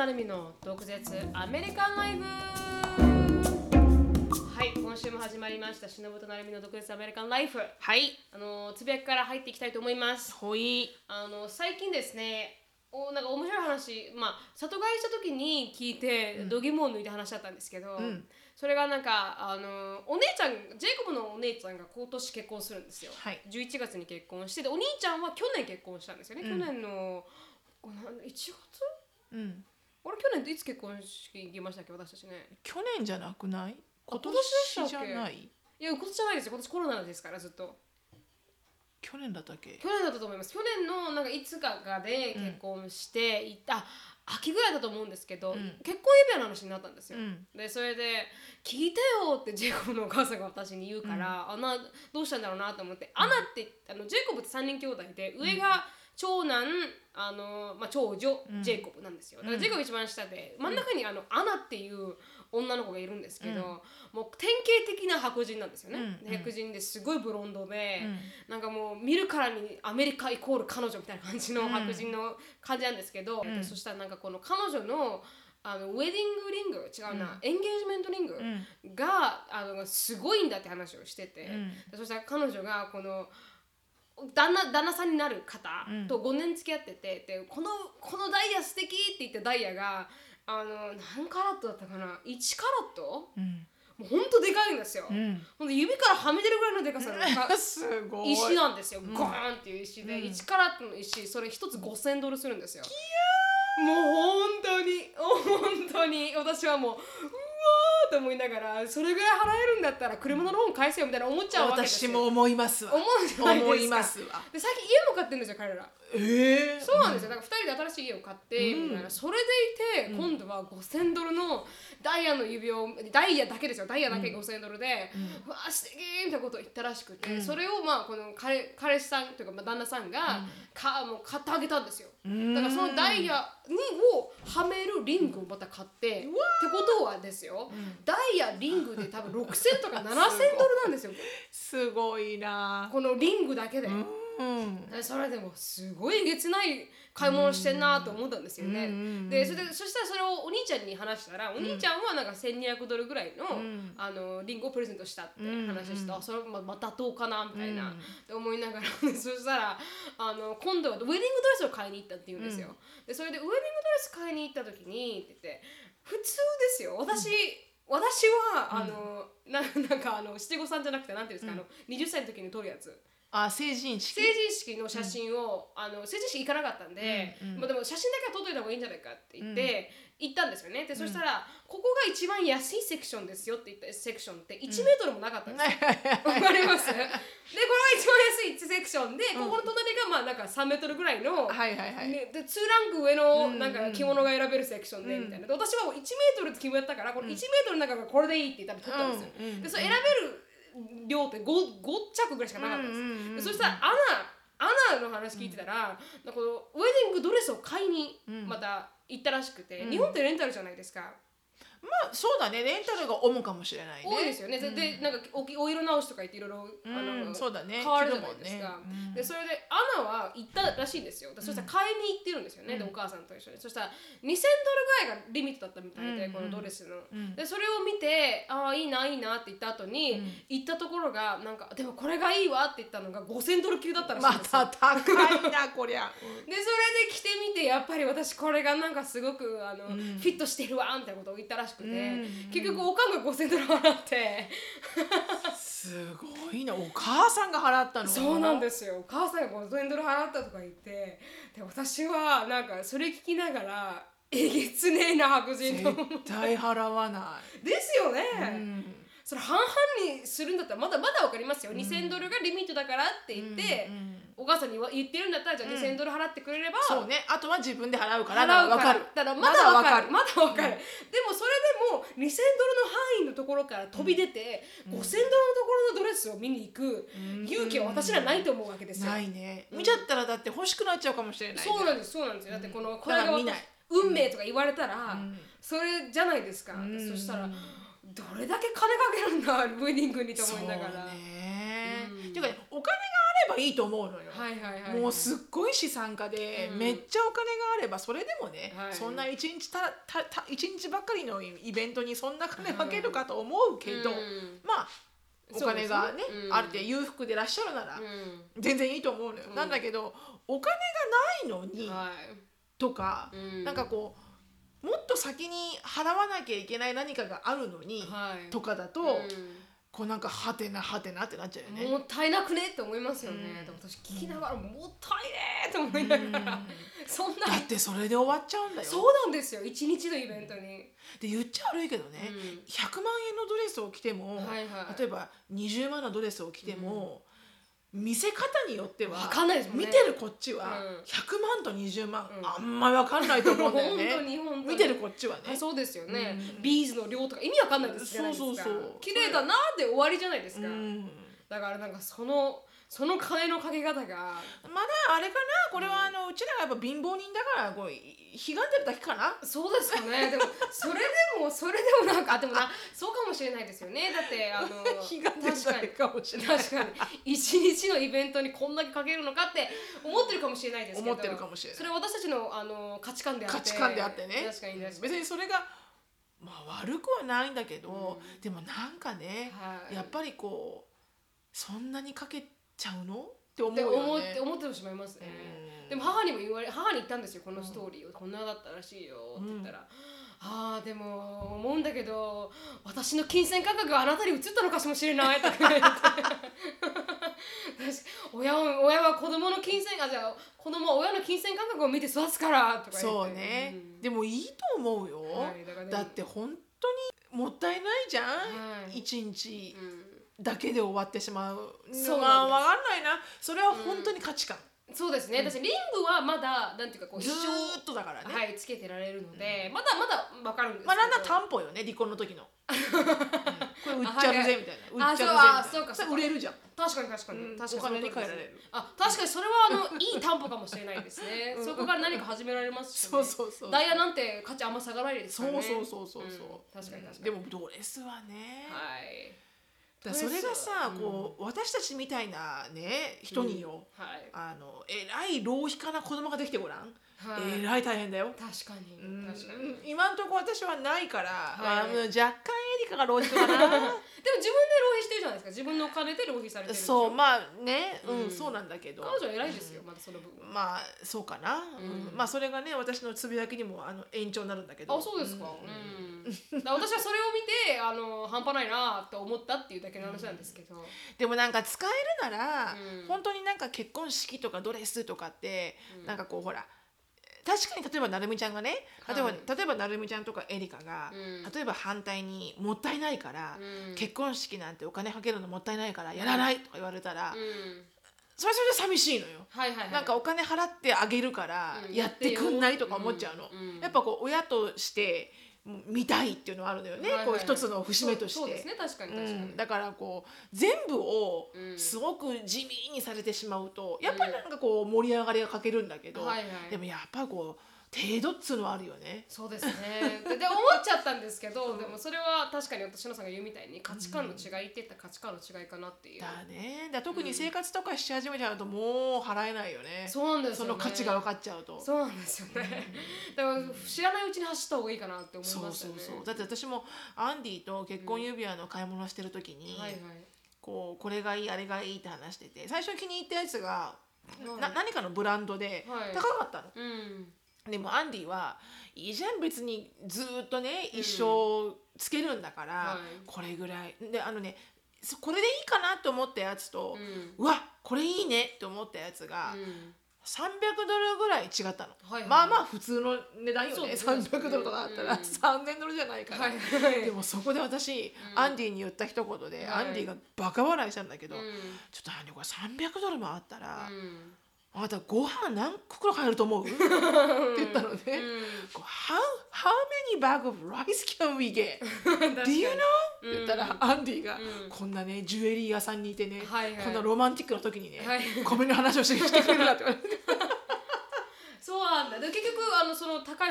なるみの毒舌アメリカンライフ。はい、今週も始まりましたしのぶとなるみの毒舌アメリカンライフ。 はい。 つぶやきから入っていきたいと思います。 ほい。 最近ですね、なんか面白い話、里帰りした時に聞いて、度肝を抜いて話しちゃったんですけど、それがなんかお姉ちゃん、ジェイコブのお姉ちゃんが今年結婚するんですよ。 はい、 11月に結婚して、でお兄ちゃんは去年結婚したんですよね。去年の1月？あれ去年っていつ結婚式行きましたっけ、私たちね。 去年じゃなくない？今年じゃない？ いや、今年じゃないですよ。今年コロナですからずっと。 去年だったっけ？ 去年だったと思います。去年のなんかいつかで結婚していった、秋ぐらいだと思うんですけど、結婚指輪の話になったんですよ。でそれで聞いてよってジェイコブのお母さんが私に言うから、どうしたんだろうなと思って、アナってジェイコブって3人兄弟で、上が長男長女ジェイコブなんですよ。だからジェイコブ一番下で、真ん中にアナっていう女の子がいるんですけど、もう典型的な白人なんですよね。白人ですごいブロンドで、なんかもう見るからにアメリカイコール彼女みたいな感じの白人の感じなんですけど、そしたらなんかこの彼女のウェディングリング違うな、エンゲージメントリングが、すごいんだって話をしてて、そしたら彼女がこの旦那さんになる方と5年付き合ってて、でこのダイヤ素敵って言って、ダイヤが何カラットだったかな、1カラット、もうほんとでかいんですよ。ほんで指からはみ出るぐらいのでかさのすごい石なんですよ。ゴーンっていう石で、1カラットの石、それ1つ5000ドルするんですよ。もう本当に私はもうと思いながら、それぐらい払えるんだったら車のローン返せよみたいな思っちゃうわけですよ。 私も思いますわ。 思うじゃないですか。 思いますわ。 で最近家も買ってるんですよ、彼ら。そうなんですよ。だから2人で新しい家を買ってみたいな、それでいて、今度は5000ドルのダイヤの指輪を、ダイヤだけですよ、ダイヤだけ5000ドルで、うわ素敵みたいなことを言ったらしくて、それをこの彼氏さんというか旦那さんがもう買ってあげたんですよ。だからそのダイヤをはめるリングをまた買って、ってことはですよ、ダイヤリングで多分6000とか7000ドルなんですよ。 すごいな、 このリングだけで。それでもすごいえげつない買い物してんなと思ったんですよね。でそしたらそれをお兄ちゃんに話したら、お兄ちゃんはなんか1200ドルぐらいの、リングをプレゼントしたって話して、それまたどうかなみたいな、って思いながら、そしたら今度はウェディングドレスを買いに行ったって言うんですよ。でそれでウェディングドレス買いに行った時にって言って、普通ですよ、私はなんか七五三じゃなくて、なんていうんですか、20歳の時に撮るやつ、 成人式の写真を、成人式行かなかったんで、でも写真だけは撮っといた方がいいんじゃないかって言って、行ったんですよね。でそしたら、ここが一番安いセクションですよって言ったセクションって1メートルもなかったんですよ。わかります？でこれは一番安いセクションで、ここの隣がなんか3メートルぐらいの、で2ランク上のなんか着物が選べるセクションでみたいな。で私はもう1メートルって決めやったから、この1メートルの中がこれでいいって言ったら撮ったんですよ。でそれ選べる量って 5着ぐらいしかなかったんです。でそしたらアナの話聞いてたら、このウェディングドレスを買いにまた行ったらしくて、日本ってレンタルじゃないですか。 そうだね、レンタルが主かもしれないね。 多いですよね。でなんかお色直しとか言っていろいろそうだね、 変わるじゃないですか。でそれでアナは行ったらしいんですよ。そしたら買いに行ってるんですよね。でお母さんと一緒に。そしたら2000ドルぐらいがリミットだったみたいで、このドレスの。でそれを見て、いいないいなって言った後に、行ったところがなんか、でもこれがいいわって言ったのが5000ドル級だったらしいんですよ。 また高いなこりゃ。 でそれで着てみて、やっぱり私これがなんかすごくフィットしてるわみたいなことを言ったらしくて、結局おかんが5000ドル払ってすごいな、お母さんが払ったの？ そうなんですよ、お母さんが5000ドル払ったとか言って、で私はなんかそれ聞きながら、えげつねえな白人の。 絶対払わない。 ですよね。それ半々にするんだったらまだ分かりますよ。2000ドルがリミットだからって言って、お母さんに言ってるんだったら、じゃあ2000ドル払ってくれれば、 そうね、あとは自分で払うから分かる。だからまだ分かる。でもそれでも2000ドルの範囲のところから飛び出て、5000ドルのところのドレスを見に行く勇気は私らないと思うわけですよ。 ないね。見ちゃったらだって欲しくなっちゃうかもしれない。 そうなんですよ。だってこれが運命とか言われたら、それじゃないですか。そしたらどれだけ金かけるんだウェディングにと思いながら。 そうね。ていうかお金があればいいと思うのよ。 はいはいはいはい、 もうすっごい資産家で、 うんめっちゃお金があればそれでもね、 はいそんな一日一日ばっかりのイベントにそんな金かけるかと思うけど、 うんまあお金がねそうですね、 ある程度裕福でいらっしゃるなら、全然いいと思うのよ。なんだけどお金がないのに、とか、なんかこうもっと先に払わなきゃいけない何かがあるのに、とかだと、こうなんかはてなはてなってなっちゃうよね。 もったいなくねって思いますよね。でも私聞きながらもったいねって思いながら、そんなだってそれで終わっちゃうんだよ。 そうなんですよ、一日のイベントに。 で言っちゃ悪いけどね、100万円のドレスを着ても、例えば20万のドレスを着ても、見せ方によっては分かんないですもんね。 見てるこっちは100万と20万、あんまり分かんないと思うんだよね。 本当に見てるこっちはね。 そうですよね、ビーズの量とか意味わかんないですじゃないですか。綺麗だなーで終わりじゃないですか。だからなんかその金のかけ方がまだあれかな、これはうちらがやっぱ貧乏人だからこうひがんでるだけかな。 そうですかね。でもそれでもなんかでもそうかもしれないですよね。だってひがんでるだけかもしれない。 確かに一日のイベントにこんだけかけるのかって思ってるかもしれないですけど、 思ってるかもしれない。 それは私たちの価値観であって、 価値観であってね。 確かに別にそれがまあ悪くはないんだけど、でもなんかね、やっぱりこうそんなにかけちゃうのって思うよね。 思ってしまいますね。でも母に言ったんですよ、このストーリーを、こんなだったらしいよって言ったら、でも思うんだけど私の金銭感覚があなたに移ったのかもしれないとか言って親は子供の金銭子供は親の金銭感覚を見て育つからとか言って。 そうね、でもいいと思うよ、だって本当にもったいないじゃん、一日だけで終わってしまうのが分かんないな。それは本当に価値観。 そうですね。私リングはまだなんていうかこうずーっとだからね、 つけてられるので、まだ分かるんですけど、 なんだ担保よね、離婚の時のこれ売っちゃうぜみたいな、売っちゃうぜみたいな、それ売れるじゃん。 確かにお金に換えられる。 確かにそれはいい担保かもしれないですね。そこから何か始められますしね。そうダイヤなんて価値あんま下がらないですからね。 そう確かにでもドレスはね、だそれがさ、こう私たちみたいなね人によ、えらい浪費家な子供ができてごらん、えらい大変だよ。 確かに今んとこ私はないから、若干エリカが浪費家かな。 でも自分で浪費してるじゃないですか。自分のお金で浪費されてる。 そうまあね、そうなんだけど、 彼女は偉いですよ、まだその部分。 まあそうかな、まあそれがね私のつぶやきにも延長になるんだけど。 そうですか。私はそれを見て半端ないなって思ったっていうだけの話なんですけど、 でもなんか使えるなら、本当になんか結婚式とかドレスとかって、なんかこうほら確かに例えばなるみちゃんがね、例えばなるみちゃんとかエリカが、例えば反対にもったいないから、結婚式なんてお金かけるのもったいないからやらないとか言われたら、それで寂しいのよ。なんかお金払ってあげるからやってくんないとか思っちゃうの。やっぱこう親として見たいっていうのはあるのよね、こう一つの節目として。 そうですね、確かにだからこう全部をすごく地味にされてしまうと、やっぱりなんかこう盛り上がりが欠けるんだけど、でもやっぱこう程度っつうのはあるよね。 そうですね。で思っちゃったんですけど、でもそれは確かに私のさんが言うみたいに価値観の違いって言ったら価値観の違いかなっていう。 だね。特に生活とかし始めちゃうともう払えないよね。 そうなんですよね。 その価値が分かっちゃうと。 そうなんですよね。だから知らないうちに走った方がいいかなって思いましたね。 だって私もアンディと結婚指輪の買い物してる時に、これがいいあれがいいって話してて、最初気に入ったやつが何かのブランドで高かったの。でもアンディはいいじゃん、別にずっとね一生つけるんだから、これぐらいでこれでいいかなと思ったやつと、うわこれいいねって思ったやつが300ドルぐらい違ったの。まあまあ普通の値段よね。300ドルとかだったら3000ドルじゃないから。でもそこで私アンディに言った一言で、アンディがバカ笑いしたんだけど、ちょっとアンディこれ300ドルもあったらあなたご飯何袋入ると思うって言ったのね。How many bag of rice can we get? Do you know? って言ったらアンディがこんなねジュエリー屋さんにいてね、こんなロマンティックな時にね米の話をしてくれるなって言われて。 そうなんだ。で結局その高い方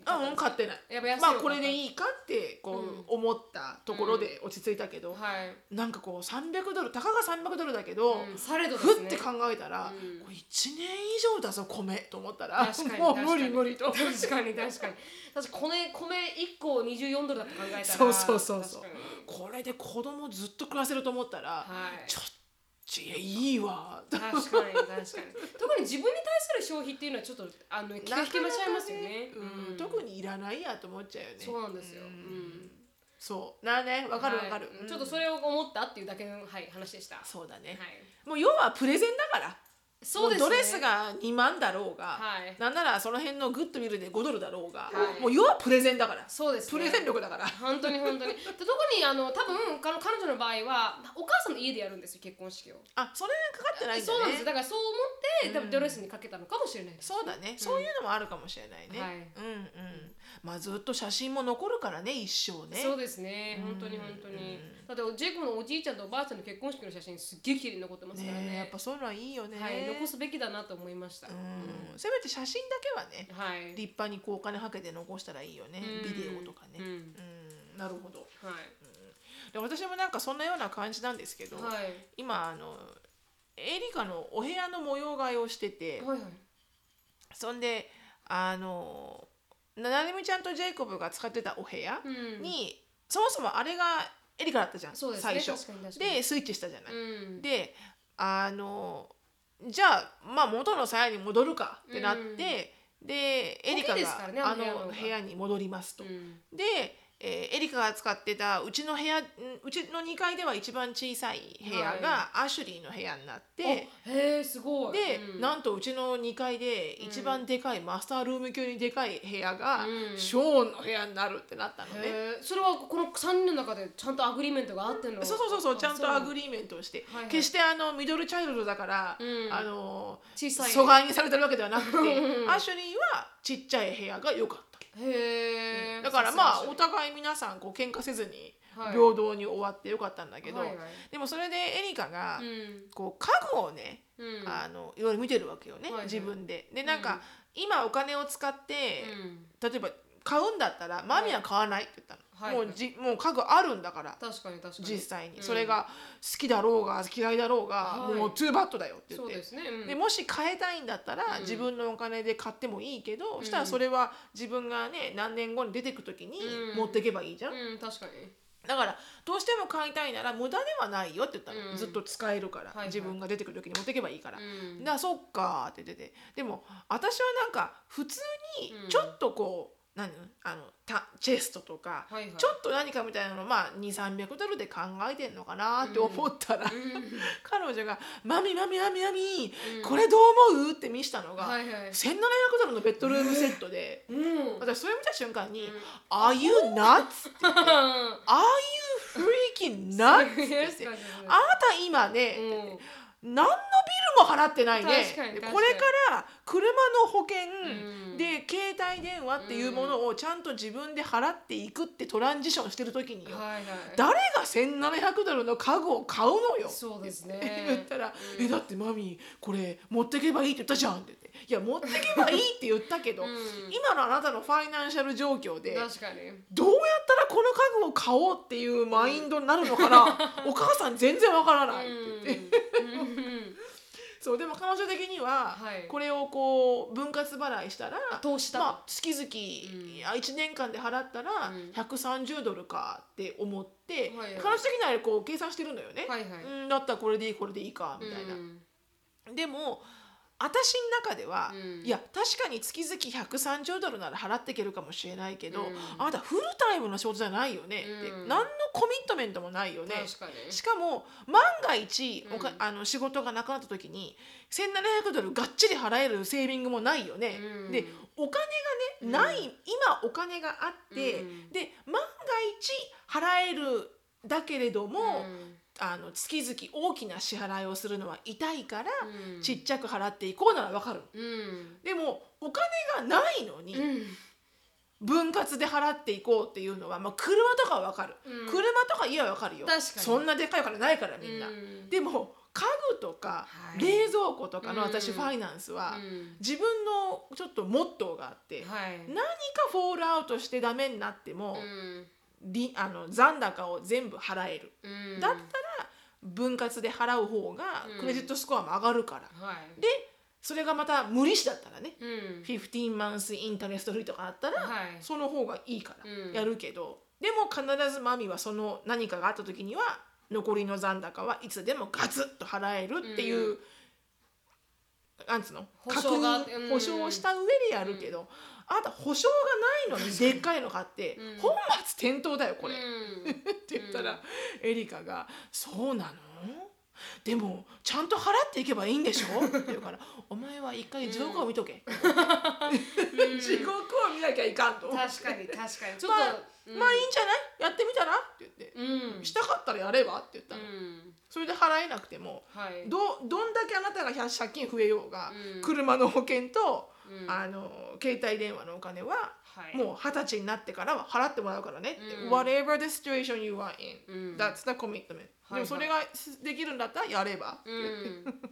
買ってない。 やっぱ安いまあこれでいいかってこう思ったところで落ち着いたけど、なんかこう$300、たかが$300だけど、ふって考えたら、これ1年以上だぞ米と思ったら、もう無理無理と。 確かに米1個$24だって考えたら、 そうこれで子供ずっと暮らせると思ったら、ちょっといいわ。 確かに特に自分に対する消費っていうのはちょっと気が引けましゃいますよね。 特にいらないやと思っちゃうよね。 そうなんですよ。 そうなね、わかるわかる。 ちょっとそれを思ったっていうだけの話でした。 そうだね。もう要はプレゼンだから。 そうですね、 ドレスが2万だろうが、なんならその辺のグッドビルで$5だろうが、もう要はプレゼンだから。 そうですね、 プレゼン力だから。 本当に特に多分彼女の場合はお母さんの家でやるんですよ、結婚式を。 それがかかってないんだね。 そうなんです。だからそう思って多分ドレスにかけたのかもしれないです。 そうだね、そういうのもあるかもしれないね。まあずっと写真も残るからね、一生ね。 そうですね、本当にだってジェイコブのおじいちゃんとおばあちゃんの結婚式の写真すっげえ綺麗に残ってますからね。 やっぱそういうのはいいよね。 残すべきだなと思いました。 せめて写真だけはね、立派にこうお金かけて残したらいいよね、ビデオとかね。なるほど。で私もなんかそんなような感じなんですけど、今エリカのお部屋の模様替えをしてて、そんでななみちゃんとジェイコブが使ってたお部屋に、そもそもあれがエリカだったじゃん、最初でスイッチしたじゃない。でじゃあまあ元の鞘に戻るかってなって、でエリカが部屋に戻りますと。でエリカが使ってたうちの2階では一番小さい部屋がアシュリーの部屋になって、 すごい。 でなんとうちの2階で一番でかいマスタールーム級にでかい部屋がショーンの部屋になるってなったのね。 それはこの3人の中でちゃんとアグリーメントがあってんの？ そうちゃんとアグリーメントをして、決してミドルチャイルドだから小さい疎外にされてるわけではなくてアシュリーはちっちゃい部屋が良かった。だからまあお互い皆さんこう喧嘩せずに平等に終わってよかったんだけど、でもそれでエリカがこう家具をねいろいろ見てるわけよね、自分で。でなんか今お金を使って例えば買うんだったらマミは買わないって言ったの。もう家具あるんだから、実際にそれが好きだろうが嫌いだろうがもうトゥーバットだよって言って、でもし買えたいんだったら自分のお金で買ってもいいけど、そしたらそれは自分がね何年後に出てく時に持っていけばいいじゃん。だからどうしても買いたいなら無駄ではないよって言ったの、ずっと使えるから、自分が出てくる時に持っていけばいいから、だからそっかって言ってて、でも私はなんか普通にちょっとこうチェストとか、ちょっと何かみたいなのまあ$200-300で考えてんのかなって思ったら、彼女が「マミ、これどう思う?」って見したのが$1,700のベッドルームセットで、私それ見た瞬間に「Are you nuts?」って言って「Are you freaking nuts?」って言って「あなた今ね何のビルも払ってないね。これから車の保険で携帯電話っていうものをちゃんと自分で払っていくってトランジションしてる時によ、誰が$1,700の家具を買うのよって言ったら「だってマミこれ持ってけばいいって言ったじゃん」って言って「いや持ってけばいいって言ったけど今のあなたのファイナンシャル状況でどうやったらこの家具を買おうっていうマインドになるのかなお母さん全然わからない」って言って。そうでも彼女的にはこれをこう分割払いしたら月々1年間で払ったら$130かって思って彼女的にはこう計算してるのよね。だったらこれでいいかみたいな。でも私の中では、いや確かに月々$130なら払っていけるかもしれないけど、あなたフルタイムの仕事じゃないよねって、何のコミットメントもないよね。しかも万が一仕事がなくなった時に$1,700がっちり払えるセービングもないよね。でお金がね、ない、今お金があって、で万が一払えるだけれども、月々大きな支払いをするのは痛いから、ちっちゃく払っていこうなら分かる、でもお金がないのに、分割で払っていこうっていうのは、車とかは分かる、車とか家は分かるよ、そんなでかいお金ないからみんな、でも家具とか冷蔵庫とかの私ファイナンスは自分のちょっとモットーがあって、何かフォールアウトしてダメになっても残高を全部払える、だったら分割で払う方がクレジットスコアも上がるから、でそれがまた無利子だったらね、15 months インタレストフリーとかあったら、その方がいいからやるけど、でも必ずマミはその何かがあった時には残りの残高はいつでもガツッと払えるっていう、なんつうの、確認保証をした上でやるけど、あなた保証がないのにでっかいの買って本末転倒だよこれって言ったら、エリカが「そうなの？でもちゃんと払っていけばいいんでしょ?」って言うから「お前は一回地獄を見とけ」地獄を見なきゃいかんと。 確かにちょっと、 まあいいんじゃない、やってみたらって言って、したかったらやればって言ったの、それで払えなくても、どんだけあなたが借金増えようが、車の保険と、携帯電話のお金はもう20歳になってからは払ってもらうからねって、whatever the situation you are in、that's the commitment、でもそれができるんだったらやればって言って、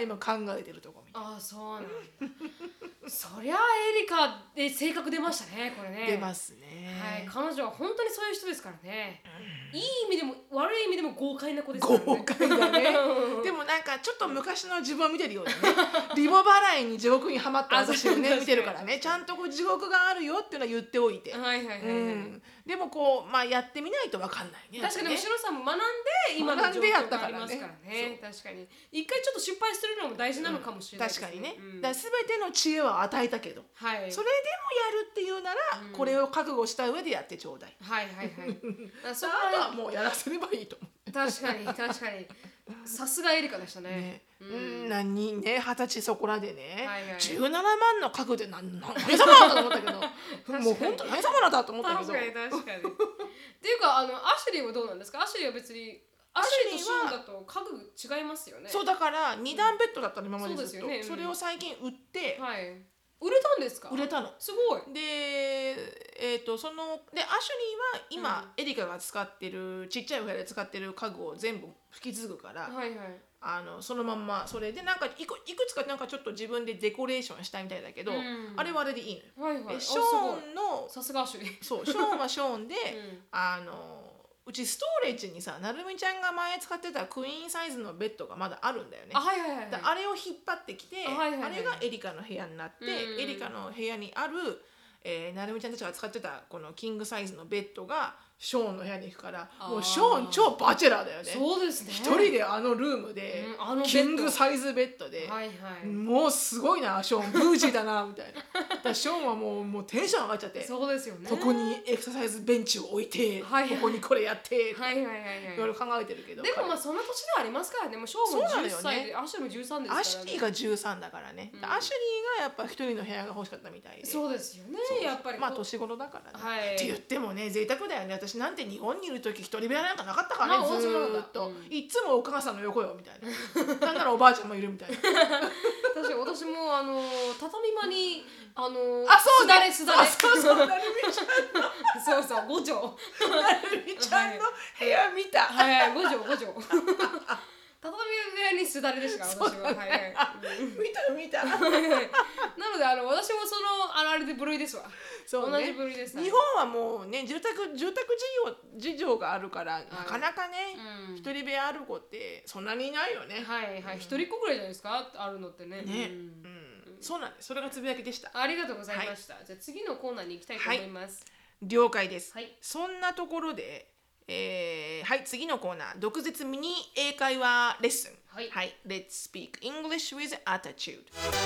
今考えてるとこみたいな。 ああ、そうなんだそりゃエリカで性格出ましたね、これね。 出ますね。 彼女は本当にそういう人ですからね。いい意味でも悪い意味でも豪快な子ですからね。 豪快だねでもなんかちょっと昔の自分を見てるようだねリボ払いに地獄にはまった私をね見てるからね、ちゃんとこう地獄があるよっていうのは言っておいて、でもこうやってみないと分かんないね。 確かに後ろさんも学んで今の状況がありますからね。確かに一回ちょっと失敗するのも大事なのかもしれないですね。 確かにね。だから全ての知恵は与えたけど、それでもやるっていうならこれを覚悟した上でやってちょうだい。あとはもうやらせればいいと思う。 確かにさすがエリカでしたね。 何ね、20歳そこらでね、17万の家具で何様だと思ったけどもう本当何様だと思ったけど。 確かにっていうかアシュリーはどうなんですか？アシュリーは別にアシュリーとショーンだと家具違いますよね。 そうだから2段ベッドだったの今までずっと、それを最近売って、 売れたんですか？ 売れたの。 すごい。 で、アシュリーは今、エリカが使ってるちっちゃいお部屋で使ってる家具を全部引き継ぐから、そのまんまそれでなんかいくつかなんかちょっと自分でデコレーションしたいみたいだけど、あれはあれでいいのよ。ショーンのさすがアシュリー。 そう、ショーンはショーンでうちストーレージにさ、なるみちゃんが前使ってたクイーンサイズのベッドがまだあるんだよね。あれを引っ張ってきて、あれがエリカの部屋になって、エリカの部屋にある、なるみちゃんたちが使ってたこのキングサイズのベッドがショーンの部屋に行くから、もうショーン超バチェラーだよね。 そうですね。 一人であのルームで、キングサイズベッドで、もうすごいなショーン、ブージーだなみたいな。だからショーンはもうテンション上がっちゃって、 そうですよね。 ここにエクササイズベンチを置いて、ここにこれやって、いろいろ考えてるけど。 でもそんな年ではありますからね。もうショーンも10歳で、アシュリーも13ですからね。 アシュリーが13だからね。アシュリーがやっぱ一人の部屋が欲しかったみたいで。 そうですよね。やっぱり年頃だからね。って言ってもね、贅沢だよね。私なんて日本にいる時一人部屋なんかなかったからね、ずーっと。いつもお母さんの横よみたいな。なんならおばあちゃんもいるみたいな。 私も畳間にすだれそうなるみちゃんのそう5畳なるみちゃんの部屋見た。 5畳畳部屋にすだれでしたから私は。 見たなので私もあれで部類ですわ。同じ部類です。 日本はもうね、住宅事情があるから、なかなかね、一人部屋ある子ってそんなにいないよね。 一人っ子ぐらいじゃないですか、あるのってね。 そうなんです。それがつぶやきでした。 ありがとうございました。じゃあ次のコーナーに行きたいと思います。 了解です。そんなところで次のコーナー、毒舌ミニ英会話レッスン。Let's speak English with attitude。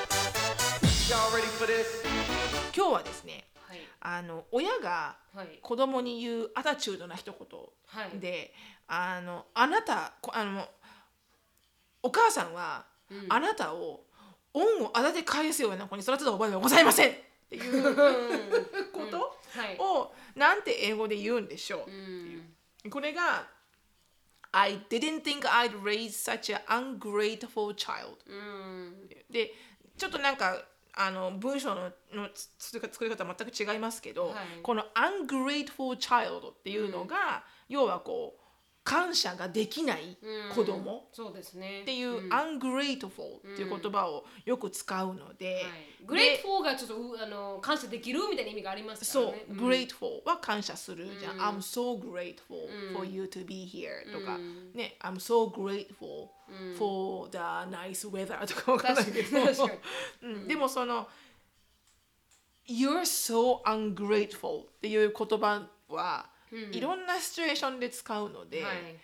今日はですね、親が子供に言うアタチュードな一言で、あなたお母さんはあなたを恩をあだで返すような子に育てた覚えはございませんっていうことをなんて英語で言うんでしょうっていう。これが I didn't think I'd raise such an ungrateful child。で、ちょっとなんか文章の作り方は全く違いますけど、この ungrateful child っていうのが、要はこう感謝ができない子供っていう ungrateful っていう言葉をよく使うので、 grateful がちょっと感謝できるみたいな意味がありますからね。 そう、grateful は感謝するじゃん。I'm so grateful for you to be here とか、ね、I'm so grateful for the nice weather とかわかんないけど、でもそのYou're so ungrateful っていう言葉はいろんなシチュエーションで使うので、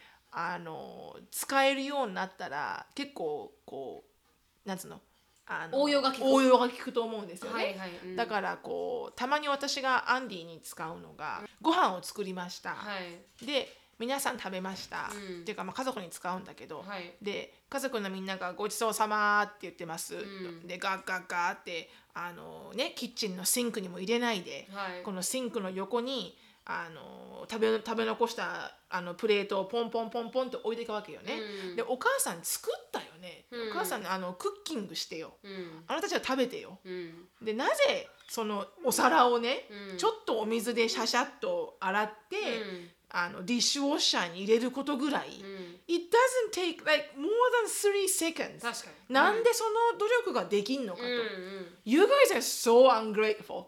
使えるようになったら結構こうなんつうの応用が効くと思うんですよね。だからこうたまに私がアンディに使うのが、ご飯を作りました、で皆さん食べました、っていうか、家族に使うんだけど、で家族のみんながごちそうさまって言ってます、でガッガッガーってキッチンのシンクにも入れないで、このシンクの横に食べ残したプレートをポンポンポンポンって置いていくわけよね、でお母さん作ったよね、お母さんクッキングしてよ、あなたたちは食べてよ、でなぜそのお皿をね、ちょっとお水でシャシャッと洗って、ディッシュウォッシャーに入れることぐらい、It doesn't take like more than 3 seconds 確かに、なんでその努力ができんのかと、You guys are so ungrateful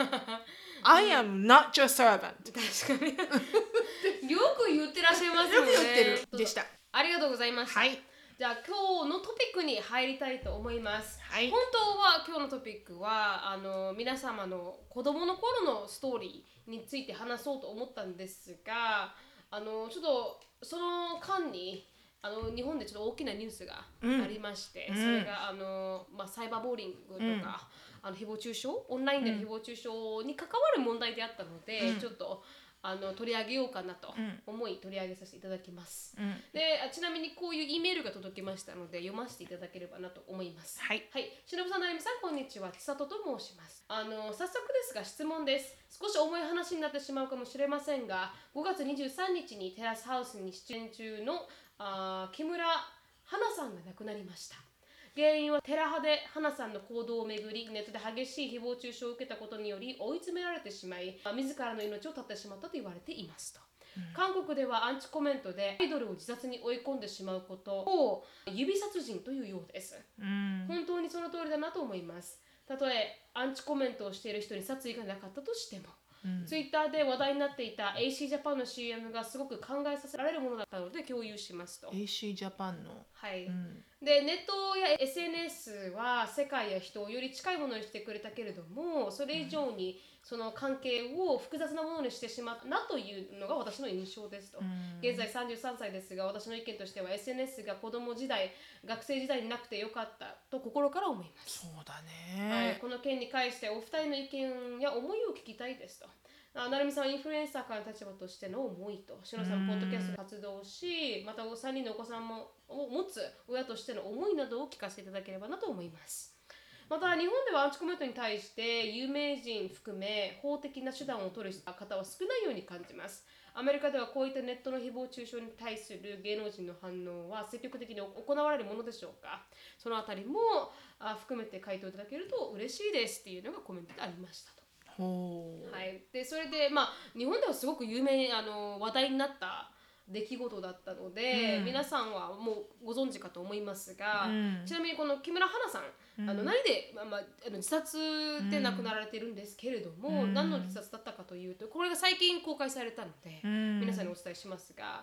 I am not your servant 確かによく言ってらっしゃいますよね。 よく言ってるでした。 ありがとうございました。じゃあ今日のトピックに入りたいと思います。本当は今日のトピックは皆様の子供の頃のストーリーについて話そうと思ったんですが、ちょっとその間に日本でちょっと大きなニュースがありまして、それがサイバーボーリングとか、誹謗中傷、オンラインでの誹謗中傷に関わる問題であったので、ちょっと取り上げようかなと思い取り上げさせていただきます、でちなみにこういう E メールが届きましたので読ませていただければなと思います。はい、しのぶさん、なるみさん、こんにちは。ちさとと申します。早速ですが質問です。少し重い話になってしまうかもしれませんが、5月23日にテラスハウスに出演中の木村花さんが亡くなりました。原因はテラ派で花さんの行動をめぐり、ネットで激しい誹謗中傷を受けたことにより追い詰められてしまい、自らの命を絶ってしまったと言われていますと。韓国ではアンチコメントでアイドルを自殺に追い込んでしまうことを指殺人というようです、本当にその通りだなと思います。たとえアンチコメントをしている人に殺意がなかったとしても、ツイッターで話題になっていた AC ジャパンの CM がすごく考えさせられるものだったので共有しますと。 AC ジャパンのでネットや SNS は世界や人をより近いものにしてくれたけれども、それ以上にその関係を複雑なものにしてしまったなというのが私の印象ですと。現在33歳ですが、私の意見としては SNS が子供時代、学生時代になくてよかったと心から思います。 そうだね、 この件に関してお二人の意見や思いを聞きたいですと。なるみさんはインフルエンサーからの立場としての思いと、しのさんもポッドキャストで活動し、また3人のお子さんを持つ親としての思いなどを聞かせていただければなと思います。また日本ではアンチコメントに対して有名人含め法的な手段を取る方は少ないように感じます。アメリカではこういったネットの誹謗中傷に対する芸能人の反応は積極的に行われるものでしょうか。そのあたりも含めて回答いただけると嬉しいですっていうのがコメントでありましたと。でそれで日本ではすごく有名話題になった出来事だったので、皆さんはもうご存知かと思いますが、ちなみにこの木村花さん、何で、自殺で亡くなられているんですけれども、何の自殺だったかというと、これが最近公開されたので、皆さんにお伝えしますが、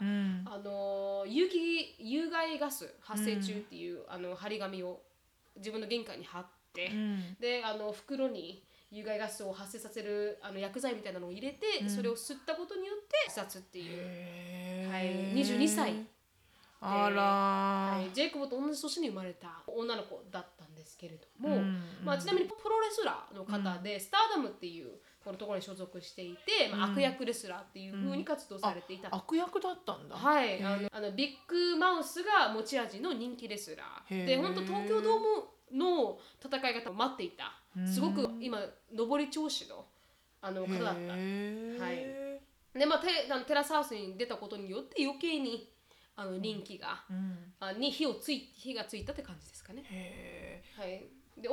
有害ガス発生中っていう張り紙を自分の玄関に貼って、で袋に有害ガスを発生させる薬剤みたいなのを入れて、それを吸ったことによって自殺っていう、22歳で、ジェイコブと同じ年に生まれた女の子だったんですけれども、ちなみにプロレスラーの方で、スターダムっていうこのところに所属していて、悪役レスラーっていう風に活動されていた、 悪役だったんだ。 ビッグマウスが持ち味の人気レスラーで、本当東京ドームの戦い方を待っていた、すごく今上り調子の方だった。でテラスハウスに出たことによって余計に人気が、に火がついたって感じですかね。でお母様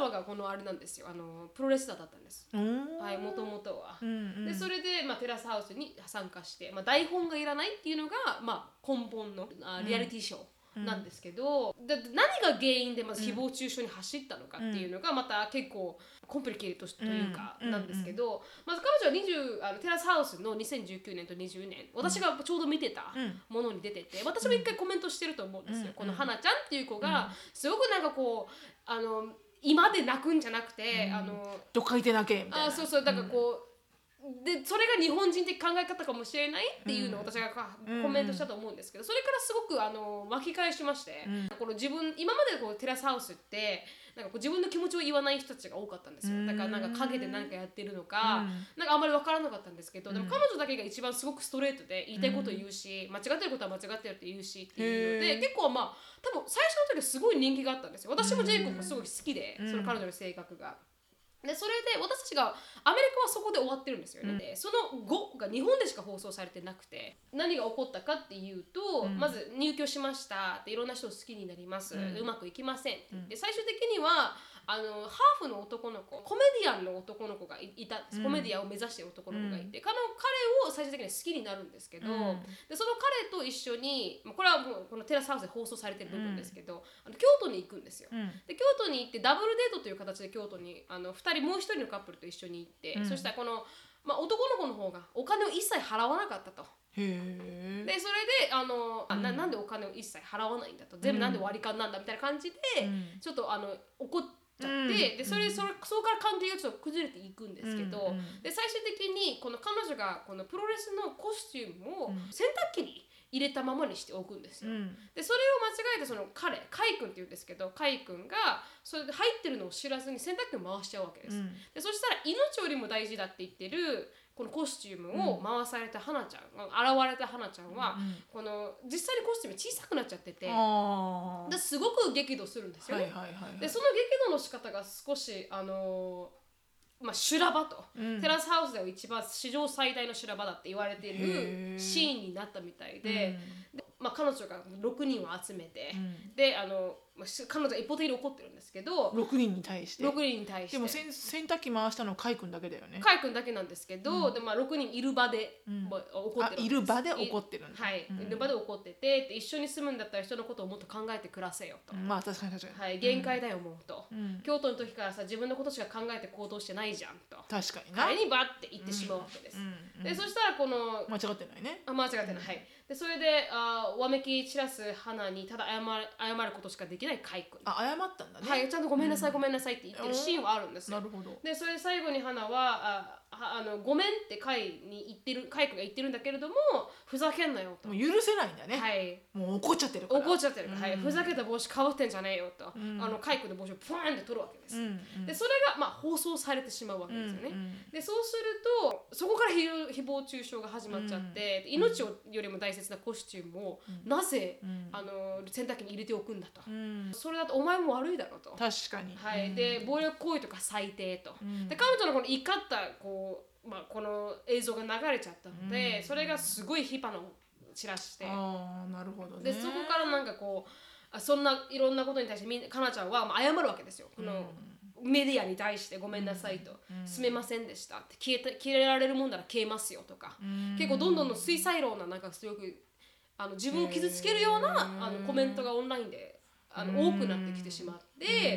様がこのあれなんですよ、プロレスラーだったんです。はい、もともとは。でそれで、テラスハウスに参加して、台本がいらないっていうのが、根本のリアリティショー。なんですけど、何が原因でまず誹謗中傷に走ったのかっていうのがまた結構コンプリケートというかなんですけど、まず彼女はテラスハウスの2019年と20年、私がちょうど見てたものに出てて、私も一回コメントしてると思うんですよ。この花ちゃんっていう子がすごくなんかこう今で泣くんじゃなくて、 どっかいて泣けみたいな。 そうそう、だからこう、でそれが日本人的考え方かもしれないっていうのを私がコメントしたと思うんですけど、それからすごく巻き返しまして、この今までこうテラスハウスってなんかこう自分の気持ちを言わない人たちが多かったんですよ。だからなんか陰で何かやってるのか、なんかあんまり分からなかったんですけど、でも彼女だけが一番すごくストレートで言いたいことを言うし、間違ってることは間違ってるって言うしっていうので、結構多分最初の時はすごい人気があったんですよ。私もジェイコブがすごい好きで、その彼女の性格が。でそれで私たちがアメリカはそこで終わってるんですよね。でその後が日本でしか放送されてなくて、何が起こったかっていうと、まず入居しましたっていろんな人を好きになります、うまくいきませんって、で最終的にはハーフの男の子、コメディアンの男の子がいたんです。コメディアンを目指している男の子がいて、彼を最終的には好きになるんですけど、でその彼と一緒に、これはもうこのテラスハウスで放送されてる部分ですけど、京都に行くんですよ。で京都に行ってダブルデートという形で京都に2人もう一人のカップルと一緒に行って、そしたらこの、男の子の方がお金を一切払わなかったと。でそれでなんでお金を一切払わないんだと、全部なんで割り勘なんだみたいな感じで、ちょっと怒っちゃって、でそこから関係がちょっと崩れていくんですけど、で最終的にこの彼女がこのプロレスのコスチュームを洗濯機に入れたままにしておくんですよ。でそれを間違えてそのカイ君って言うんですけど、カイ君がそれで入ってるのを知らずに洗濯機を回しちゃうわけです。でそしたら命よりも大事だって言ってるこのコスチュームを回された花ちゃん、現れた花ちゃんは、この実際にコスチューム小さくなっちゃってて、ですごく激怒するんですよね。でその激怒の仕方が少し修羅場と、テラスハウスでは一番史上最大の修羅場だって言われているシーンになったみたいで、彼女が6人を集めて、で彼女は一方的に怒ってるんですけど、 6人に対してでも洗濯機回したのカイ君だけだよね。 カイ君だけなんですけど、で6人いる場で怒ってるんです。 いる場で怒ってるんだ。 はい、いる場で怒ってて、一緒に住むんだったら人のことをもっと考えて暮らせよと。 確かにはい、限界だよもうと。京都の時からさ、自分のことしか考えて行動してないじゃんと。 確かにな。 彼にバッて言ってしまうわけです。でそしたらこの間違ってないね。 間違ってない。はい。でそれでわめき散らす花にただ謝ることしかできないカイ君。 謝ったんだね。 はい、ちゃんとごめんなさい、ごめんなさいって言ってるシーンはあるんですよ。 なるほど。 でそれで最後に花はごめんってカイ君が言ってるんだけれども、ふざけんなよと。 もう許せないんだね。 はい。 もう怒っちゃってるから。 はい。ふざけた帽子かぶってんじゃねえよと。カイ君の帽子をプワーンって取るわけです。でそれが放送されてしまうわけですよね。でそうするとそこから誹謗中傷が始まっちゃって、命よりも大切なコスチュームをなぜ洗濯機に入れておくんだと。それだとお前も悪いだろうと。 確かに。 はい。で暴力行為とか最低と。で彼女のこの怒ったこの映像が流れちゃったので、それがすごい火花を散らして、 なるほどね。 でそこからなんかこうそんないろんなことに対してかなちゃんは謝るわけですよ。このメディアに対してごめんなさいと、すみませんでしたって消えられるもんなら消えますよとか、結構どんどん水彩論ななんかすごく自分を傷つけるようなコメントがオンラインで多くなってきてしまって、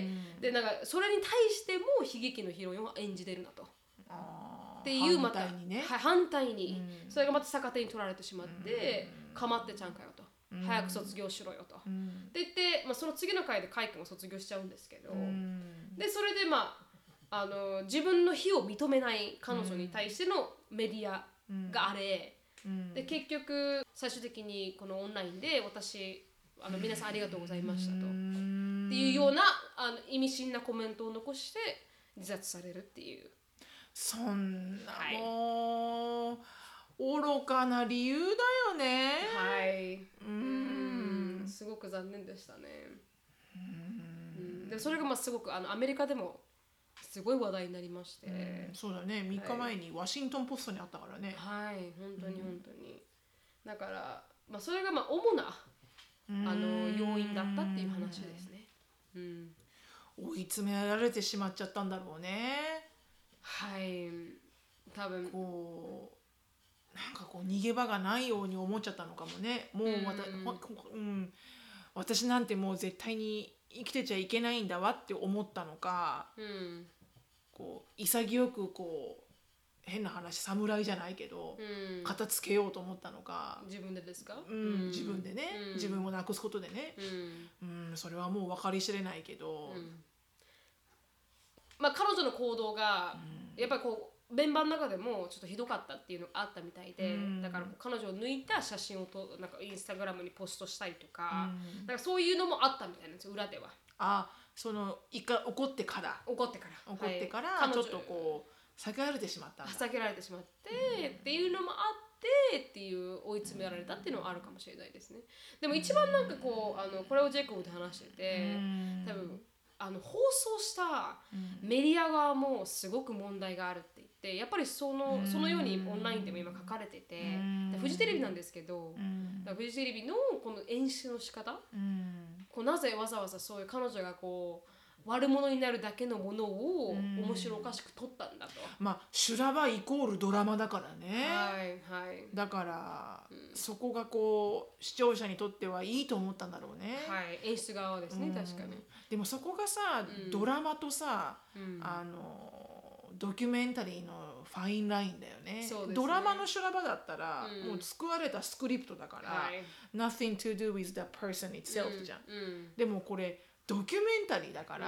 でなんかそれに対しても悲劇のヒロインを演じてるなと。っていうまた反対に、それがまた逆手に取られてしまって、かまってちゃんかよと、早く卒業しろよと、って言って、その次の回でカイ君も卒業しちゃうんですけど、でそれで自分の非を認めない彼女に対してのメディアがあれ、で結局最終的にこのオンラインで皆さんありがとうございましたとっていうような意味深なコメントを残して自殺されるっていう。 そんなもう愚かな理由だよね。 はい。すごく残念でしたね。でそれがすごくアメリカでもすごい話題になりまして、 そうだね。3日前にワシントンポストにあったからね。 はい、本当に本当に。だからそれが主な要因だったっていう話ですね。 追い詰められてしまっちゃったんだろうね。 はい、多分こうなんかこう逃げ場がないように思っちゃったのかもね。もう私なんてもう絶対に生きてちゃいけないんだわって思ったのか、こう潔くこう変な話侍じゃないけど、片付けようと思ったのか。 自分でですか？ 自分でね、自分をなくすことでね、それはもう分かり知れないけど、 まあ彼女の行動がやっぱりこうメンバーの中でもちょっとひどかったっていうのがあったみたいで、だから彼女を抜いた写真をなんかインスタグラムにポストしたりとか、なんかそういうのもあったみたいなんですよ、裏では。 その怒ってからちょっとこう避けられてしまったんだ。 避けられてしまってっていうのもあってっていう追い詰められたっていうのはあるかもしれないですね。でも一番なんかこうこれをジェイコブと話してて、多分放送したメディア側もすごく問題があるって言って、やっぱりそのようにオンラインでも今書かれてて、フジテレビなんですけど、フジテレビのこの演出の仕方、こうなぜわざわざそういう彼女がこう悪者になるだけのものを面白おかしく撮ったんだと。 修羅場イコールドラマだからね。 はいはい。 だから、そこがこう視聴者にとってはいいと思ったんだろうね。 はい、演出側はですね、確かに。 でもそこがさ、ドラマとさ、ドキュメンタリーのファインラインだよね。ドラマの修羅場だったら、もう作られたスクリプトだから、nothing to do with the person itself じゃん。でもこれドキュメンタリーだから、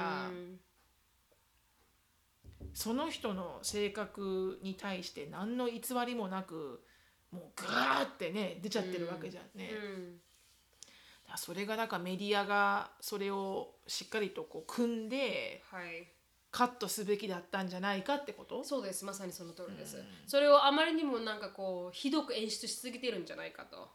その人の性格に対して何の偽りもなくもうガーってね出ちゃってるわけじゃんね。それがなんかメディアがそれをしっかりとこう組んで、カットすべきだったんじゃないかってこと？ そうです、まさにその通りです。それをあまりにもなんかこうひどく演出しすぎてるんじゃないかと。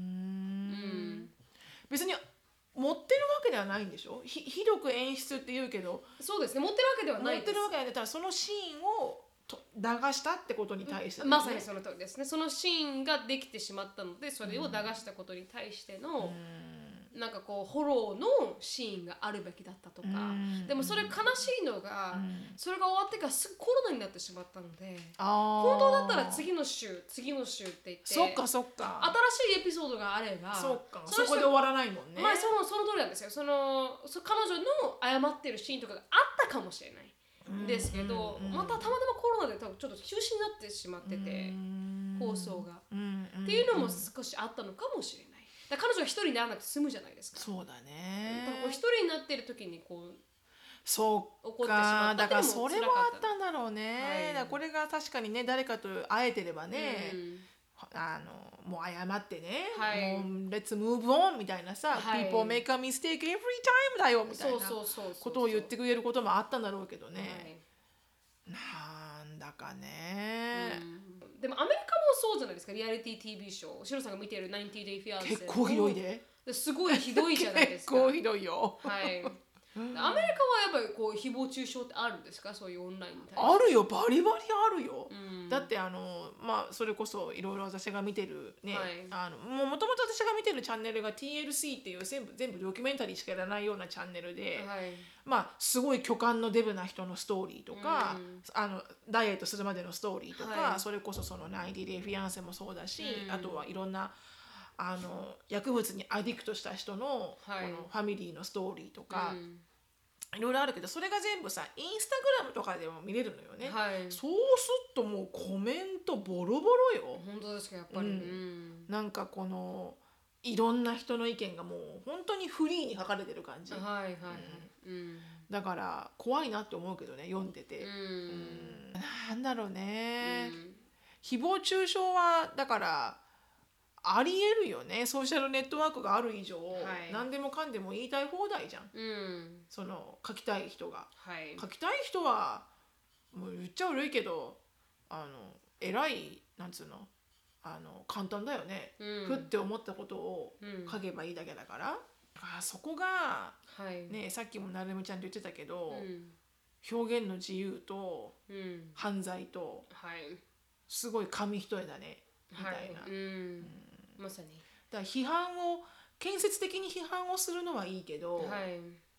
別に持ってるわけではないんでしょ。ひどく演出って言うけど、 そうですね、持ってるわけではないです。 持ってるわけではない。ただそのシーンを流したってことに対して、 まさにその通りですね。そのシーンができてしまったので、それを流したことに対しての、なんかこうフォローのシーンがあるべきだったとか、でもそれ悲しいのが、それが終わってからすぐコロナになってしまったので、本当だったら次の週って言って、 そっか新しいエピソードがあれば、 そこで終わらないもんね。 その通りなんですよ。彼女の謝ってるシーンとかがあったかもしれないですけど、またたまたまコロナで多分ちょっと休止になってしまってて、放送が、っていうのも少しあったのかもしれない。だから彼女が一人にならなくて済むじゃないですか。 そうだね。 だから一人になってる時にこうそうか、だからそれもあったんだろうね。だからこれが確かにね、誰かと会えてればね、もう謝ってね、もう Let's move on みたいなさ、People make a mistake every time だよみたいなことを言ってくれることもあったんだろうけどね。なんだかね。 でもアメリカもそうじゃないですか。リアリティ TV ショー、シロさんが見てる90 Day Fiancé、 結構ひどいで。 すごいひどいじゃないですか。 結構ひどいよ。 はい。アメリカはやっぱりこう誹謗中傷ってあるんですか？そういうオンラインに対して。 あるよ、バリバリあるよ。だってそれこそいろいろ私が見てるね、もともと私が見てるチャンネルが TLC っていう全部ドキュメンタリーしかやらないようなチャンネルで、すごい巨漢のデブな人のストーリーとか、ダイエットするまでのストーリーとか、それこそその90 Day Fiancéもそうだし、あとはいろんな薬物にアディクトした人のこのファミリーのストーリーとか、いろいろあるけど、それが全部さインスタグラムとかでも見れるのよね。そうすっともうコメントボロボロよ。 本当ですか、やっぱり。 なんかこのいろんな人の意見がもう本当にフリーに書かれてる感じ。だから怖いなって思うけどね、読んでて。なんだろうね。誹謗中傷はだからありえるよね。ソーシャルネットワークがある以上、何でもかんでも言いたい放題じゃん。その書きたい人が、書きたい人はもう言っちゃ悪いけどえらいなんつうの簡単だよね。ふって思ったことを書けばいいだけだから、そこが、ね、さっきもなるみちゃんと言ってたけど、表現の自由と犯罪と、すごい紙一重だねみたいな。 まさに。 だから建設的に批判をするのはいいけど、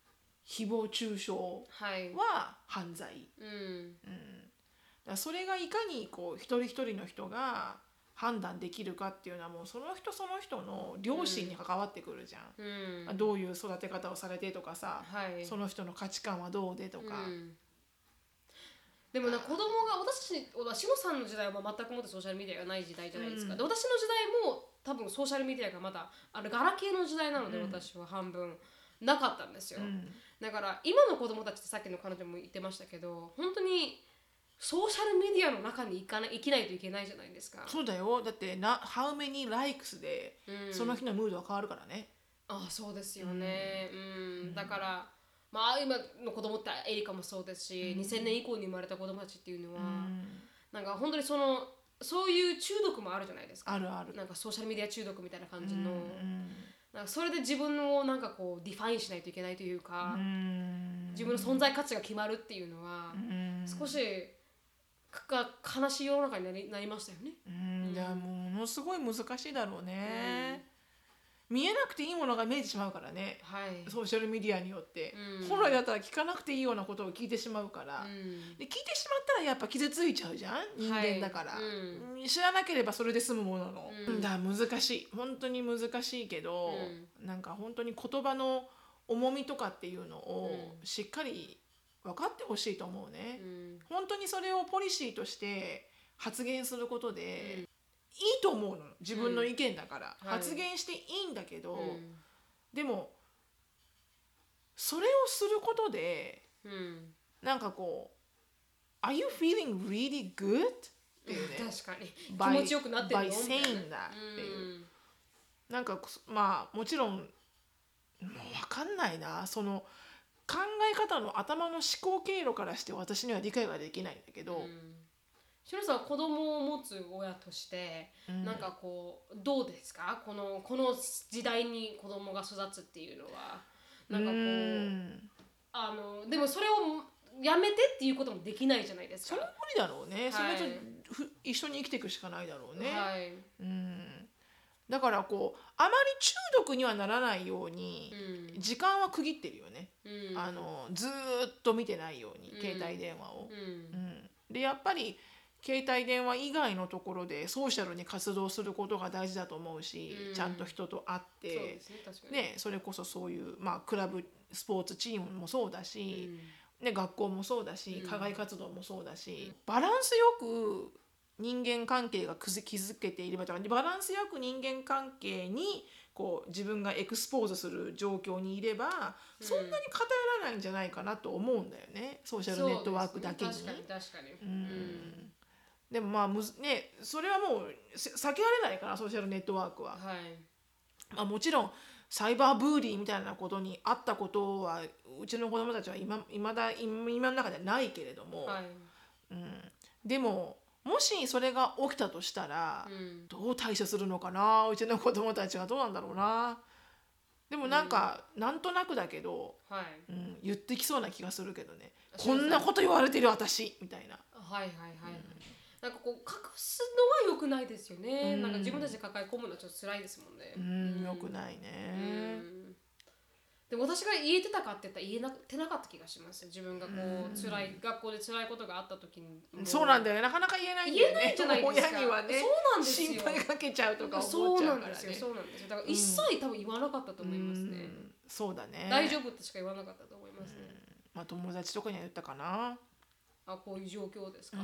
誹謗中傷は犯罪、だからそれがいかにこう一人一人の人が判断できるかっていうのはもうその人その人の良心に関わってくるじゃん、どういう育て方をされてとかさ、その人の価値観はどうでとか、 でも子供がしのさんの時代は全くもってソーシャルメディアがない時代じゃないですか、で私の時代も多分ソーシャルメディアがまだガラケーの時代なので、私は半分なかったんですよ、だから今の子供たちってさっきの彼女も言ってましたけど、本当にソーシャルメディアの中に生きないといけないじゃないですか。 そうだよ。だってHow many likes でその日のムードが変わるからね。 ああそうですよね、だからまあ今の子供ってエリカもそうですし、2000年以降に生まれた子供たちっていうのは、なんか本当にそういう中毒もあるじゃないですか。 あるある。 なんかソーシャルメディア中毒みたいな感じの、なんかそれで自分をなんかこうディファインしないといけないというか、自分の存在価値が決まるっていうのは、少し悲しい世の中になりましたよね。 いやものすごい難しいだろうね、見えなくていいものが見えてしまうからね、ソーシャルメディアによって、本来だったら聞かなくていいようなことを聞いてしまうから、で聞いてしまったらやっぱ傷ついちゃうじゃん、人間だから、知らなければそれで済むものの、だ難しい、本当に難しいけど、なんか本当に言葉の重みとかっていうのをしっかり分かってほしいと思うね、本当にそれをポリシーとして発言することで、いいと思うの、自分の意見だから、発言していいんだけど、でもそれをすることで、なんかこう Are you feeling really good? っていうね、 確かに気持ちよくなってるの by saying that っていう、なんかまあもちろんもう分かんないな、その考え方の頭の思考経路からして私には理解ができないんだけど、 しのさんは子供を持つ親として、なんかこうどうですか、この時代に子供が育つっていうのは、なんかこうでもそれをやめてっていうこともできないじゃないですか。 それは無理だろうね、それと一緒に生きていくしかないだろうね、だからこうあまり中毒にはならないように、時間は区切ってるよね、ずっと見てないように、携帯電話を、でやっぱり携帯電話以外のところでソーシャルに活動することが大事だと思うし、ちゃんと人と会って、それこそそういう、クラブスポーツチームもそうだし、学校もそうだし、課外活動もそうだし、バランスよく人間関係が築けていれば、バランスよく人間関係にこう自分がエクスポーズする状況にいれば、そんなに偏らないんじゃないかなと思うんだよね、ソーシャルネットワークだけに。 確かにでもそれはもう避けられないから、ソーシャルネットワークは、もちろんサイバーブーリーみたいなことにあったことはうちの子供たちは今の中ではないけれども、でももしそれが起きたとしたら、どう対処するのかな、うちの子供たちはどうなんだろうな。でもなんか、なんとなくだけど、言ってきそうな気がするけどね、こんなこと言われてる私みたいな。 なんかこう隠すのは良くないですよね、なんか自分たちで抱え込むのはちょっと辛いですもんね。 良くないね。 でも私が言えてたかって言ったら言えてなかった気がしますよ、自分がこう学校で辛いことがあった時に。 そうなんだよね、なかなか言えないんだよね、 言えないじゃないですか。 親にはね、 そうなんですよ、 心配かけちゃうとか思っちゃうからね。 そうなんですよ、だから一切多分言わなかったと思いますね。 そうだね、 大丈夫ってしか言わなかったと思いますね。 友達とかには言ったかな。 こういう状況ですか。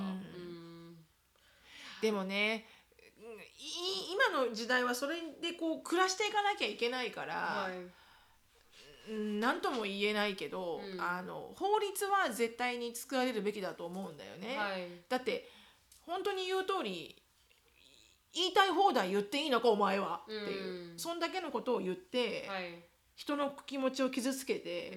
でもね、今の時代はそれでこう暮らしていかなきゃいけないから、何とも言えないけど、法律は絶対に作られるべきだと思うんだよね、だって本当に言う通り、言いたい放題言っていいのかお前はっていう、そんだけのことを言って、人の気持ちを傷つけて、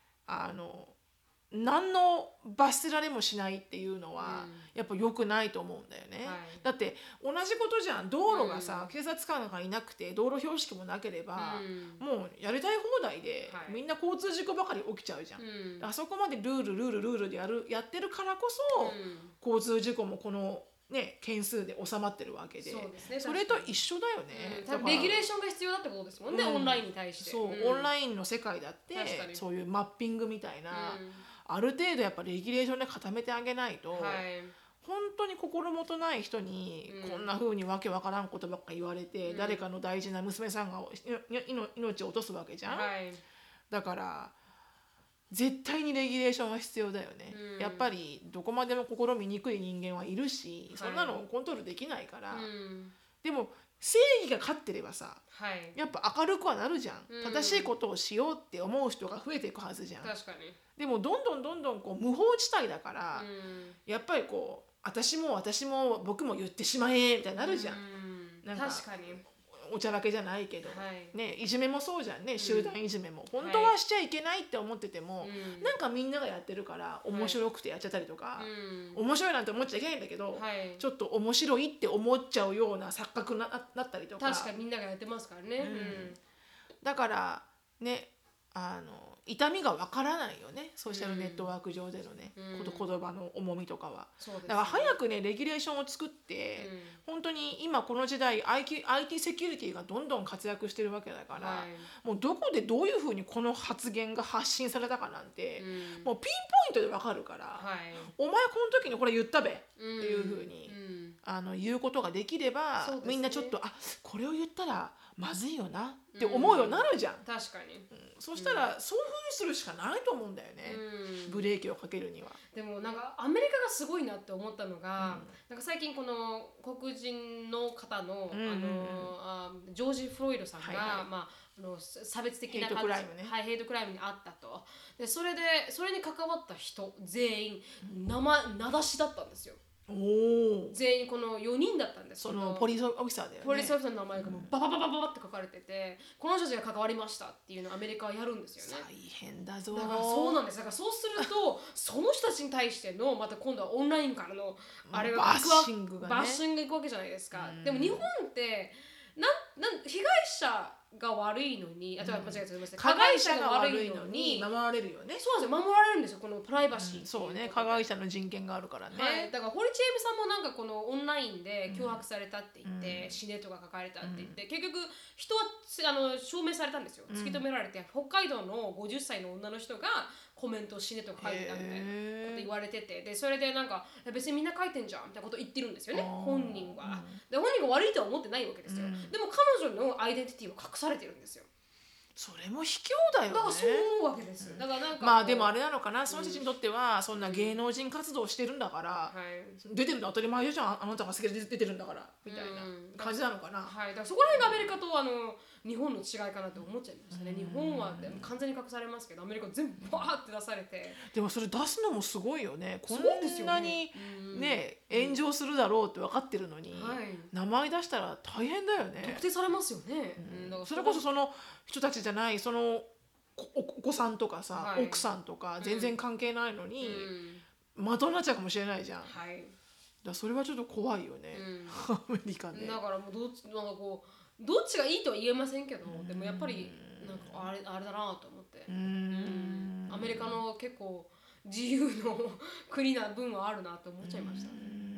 何の罰せられもしないっていうのは、やっぱ良くないと思うんだよね、だって同じことじゃん。道路がさ、警察官がいなくて道路標識もなければ、もうやりたい放題で、みんな交通事故ばかり起きちゃうじゃん、あそこまでルールでやってるからこそ、交通事故もこのね、件数で収まってるわけで、 そうですね、 それと一緒だよね。 多分レギュレーションが必要だってことですもんね、オンラインに対して。 そう、オンラインの世界だってそういうマッピングみたいな、ある程度やっぱレギュレーションで固めてあげないと、本当に心もとない人にこんな風にわけわからんことばっか言われて、誰かの大事な娘さんが命を落とすわけじゃん。だから絶対にレギュレーションは必要だよね、やっぱりどこまでも心醜い人間はいるし、そんなのコントロールできないから、でも正義が勝ってればさ、やっぱ明るくはなるじゃん、正しいことをしようって思う人が増えていくはずじゃん。 確かに。 でもどんどんこう無法地帯だから、やっぱりこう私も僕も言ってしまえみたいになるじゃん、なんか確かにおちゃらけじゃないけど、ね、いじめもそうじゃんね、集団いじめも本当はしちゃいけないって思ってても、なんかみんながやってるから面白くてやっちゃったりとか、面白いなんて思っちゃいけないんだけど、ちょっと面白いって思っちゃうような錯覚になったりとか。 確かにみんながやってますからね、 だからね、痛みがわからないよね、ソーシャルネットワーク上でのね、言葉の重みとかは。だから早くねレギュレーションを作って、本当に今この時代 IT セキュリティがどんどん活躍してるわけだから、もうどこでどういうふうにこの発言が発信されたかなんて、もうピンポイントでわかるから、お前この時にこれ言ったべっていうふうに、言うことができれば、みんなちょっとこれを言ったらまずいよなって思うようになるじゃん。 確かに、 そしたらそういうふうにするしかないと思うんだよね、ブレーキをかけるには。 でもなんかアメリカがすごいなって思ったのが、なんか最近この黒人の方の、ジョージ・フロイドさんが、差別的な感じ、ヘイトクライムにあったと。でそれに関わった人全員名指しだったんですよ。全員この4人だったんです。 そのポリスオフィサーだよね。 ポリスオフィサーの名前がもうババババババって書かれてて、この人たちが関わりましたっていうのをアメリカはやるんですよね。 大変だぞ。 だからそうなんです。だからそうするとその人たちに対してのまた今度はオンラインからのあれがバッシングがね、 バッシングいくわけじゃないですか。でも日本って被害者が悪いのに、間違えてました。加害者が悪いのに守られるよね。 そうなんですよ、守られるんですよ、このプライバシー。 そうね、加害者の人権があるからね。 だから堀ちえみさんもなんかこのオンラインで脅迫されたって言って、死ねとか書かれたって言って、結局人は証明されたんですよ。突き止められて、北海道の50歳の女の人がコメントを死ねとか書いてたみたいなこと言われてて、でそれでなんか別にみんな書いてんじゃんみたいなこと言ってるんですよね、本人は。で本人が悪いとは思ってないわけですよ。でも彼女のアイデンティティは隠されてるんですよ。 それも卑怯だよね。 だからそう思うわけです。だからなんかまあでもあれなのかな、その人たちにとってはそんな芸能人活動してるんだから、出てるの当たり前じゃん、あなたが好きで出てるんだからみたいな感じなのかな。 はい、だからそこら辺がアメリカと日本の違いかなと思っちゃいましたね。日本は完全に隠されますけど、アメリカ全部バーって出されて。 でもそれ出すのもすごいよね。こんなにね炎上するだろうって分かってるのに、名前出したら大変だよね。 特定されますよね。 それこそその人たちじゃない、そのお子さんとかさ、奥さんとか全然関係ないのに的になっちゃうかもしれないじゃん。だそれはちょっと怖いよね、アメリカで。 だからもうどっちがいいとは言えませんけど、でもやっぱりなんかあれだなと思って、アメリカの結構自由の国な分はあるなと思っちゃいました。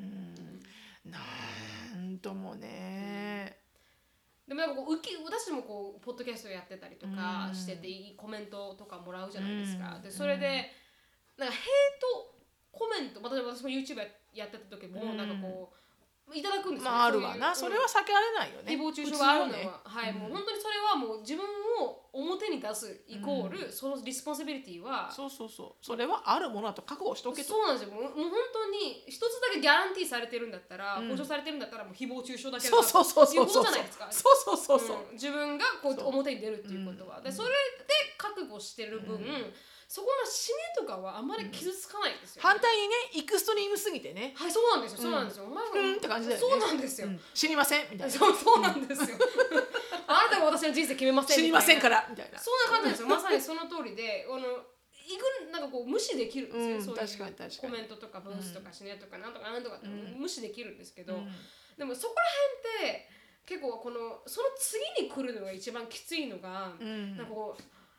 なんともね。 でもなんか私もこうポッドキャストやってたりとかしてて、コメントとかもらうじゃないですか。でそれでなんかヘイトコメント、例えば私も YouTube やってた時もなんかこういただくんですよ。 あるわな、それは避けられないよね。 誹謗中傷があるのは、もう本当にそれはもう自分を表に出すイコール、そのリスポンシビリティはそれはあるものだと覚悟しとけと。 そうなんですよ。もう本当に一つだけギャランティーされてるんだったら、保証されてるんだったらもう誹謗中傷だけだということじゃないですか。自分がこう表に出るっていうことは、でそれで覚悟してる分、そこの死ねとかはあんまり傷つかないんですよ、 反対にね、エクストリームすぎてね。 はい、そうなんですよ、そうなんですよ。お前はって感じだよね。 そうなんですよ。 死にませんみたいな。 そうなんですよ。あなたが私の人生決めません。 死にませんからみたいな。 そんな感じなんですよ。まさにその通りで、なんかこう無視できるんですよ。そういうコメントとかブースとか死ねとかなんとかなんとかって無視できるんですけど、でもそこら辺って結構その次に来るのが一番きついのが、なんかこう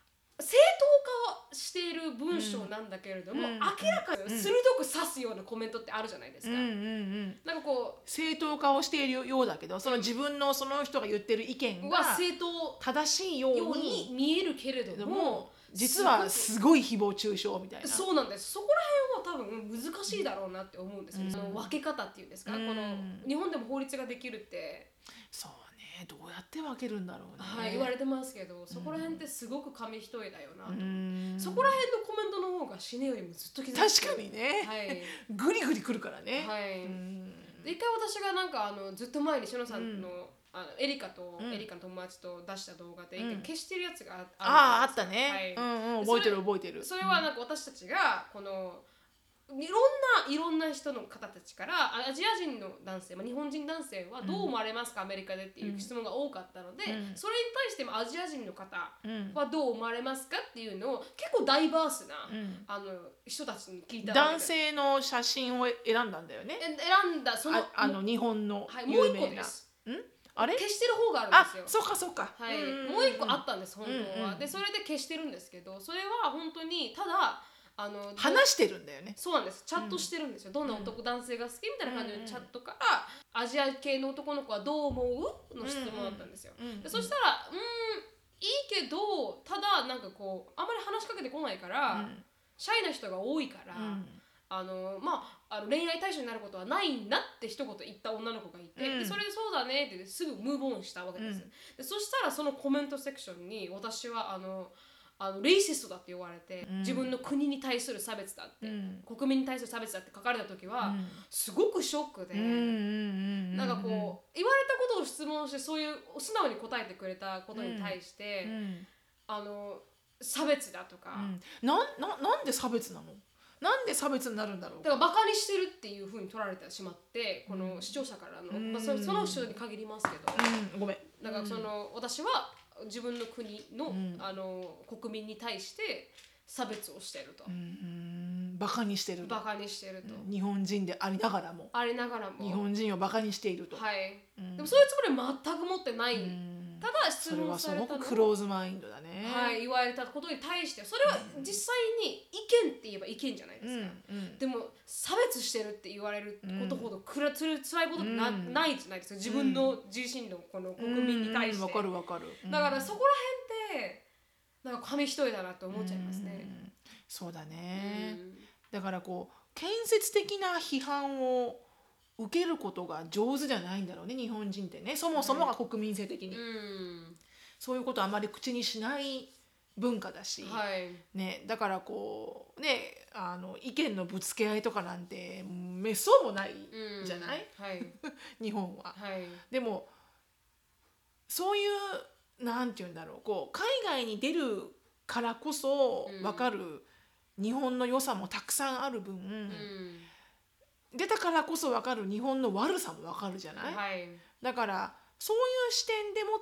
正当化している文章なんだけれども、明らかに鋭く刺すようなコメントってあるじゃないですか。なんかこう正当化をしているようだけど、その自分のその人が言ってる意見が正しいように見えるけれども、 実はすごい誹謗中傷みたいな。 そうなんです。そこら辺は多分難しいだろうなって思うんですよね。その分け方っていうんですか、この日本でも法律ができるってそうね、どうやって分けるんだろうね、 はい、言われてますけど、そこら辺ってすごく紙一重だよなと、そこら辺のコメントの方が死ねよりもずっと傷つく。 確かにね、はい、グリグリくるからね。はい、 で一回私がなんかずっと前にしのさんの、エリカの友達と出した動画で消してるやつがあったね、覚えてる覚えてる。 それはなんか私たちがこのいろんな人の方たちからアジア人の男性、日本人男性はどう思われますか、アメリカでっていう質問が多かったので、それに対してもアジア人の方はどう思われますかっていうのを結構ダイバースな、人たちに聞いたわけです。 男性の写真を選んだんだよね。 選んだその日本の有名な、もう一個です。あれ消してる方があるんですよ。 そうかそうか。 はい、もう一個あったんです本当は。でそれで消してるんですけど、それは本当にただ話してるんだよね。 そうなんです。チャットしてるんですよ。どんな男性が好きみたいな感じでチャットからアジア系の男の子はどう思うの質問だったんですよ。でそしたらいいけど、ただなんかこうあんまり話しかけてこないから、シャイな人が多いから、恋愛対象になることはないんだって一言言った女の子がいて、でそれでそうだねってすぐムーブオンしたわけです。でそしたらそのコメントセクションに私はレイシストだって言われて、自分の国に対する差別だって、国民に対する差別だって書かれた時は、すごくショックで、なんかこう言われたことを質問してそういう素直に答えてくれたことに対して、差別だとか、 なんで差別なの？なんで差別になるんだろう。 だからバカにしてるっていう風に取られてしまって、この視聴者からの、その人に限りますけど、 ごめん。 だから私は自分の国の、国民に対して差別をしていると、 バカにしてると、日本人でありながらも日本人をバカにしていると、 はい、でもそういうつもりは全く持ってない、ただ質問されたのそれはすごくクローズマインドだね、 はい、言われたことに対して、それは実際に意見って言えば意見じゃないですか、でも差別してるって言われることほど辛いことってないじゃないですか、自分の自身のこの国民に対して。 わかるわかる。 だからそこら辺ってなんか紙一重だなって思っちゃいますね。 そうだね、だからこう建設的な批判を受けることが上手じゃないんだろうね、日本人ってね。そもそもが国民性的に、そういうことあまり口にしない文化だし、ね、だからこうね、意見のぶつけ合いとかなんてめっそうもないじゃない、日本は、でもそういうなんて言うんだろう、こう海外に出るからこそ分かる日本の良さもたくさんある分、出たからこそ分かる日本の悪さも分かるじゃない、だからそういう視点でもって、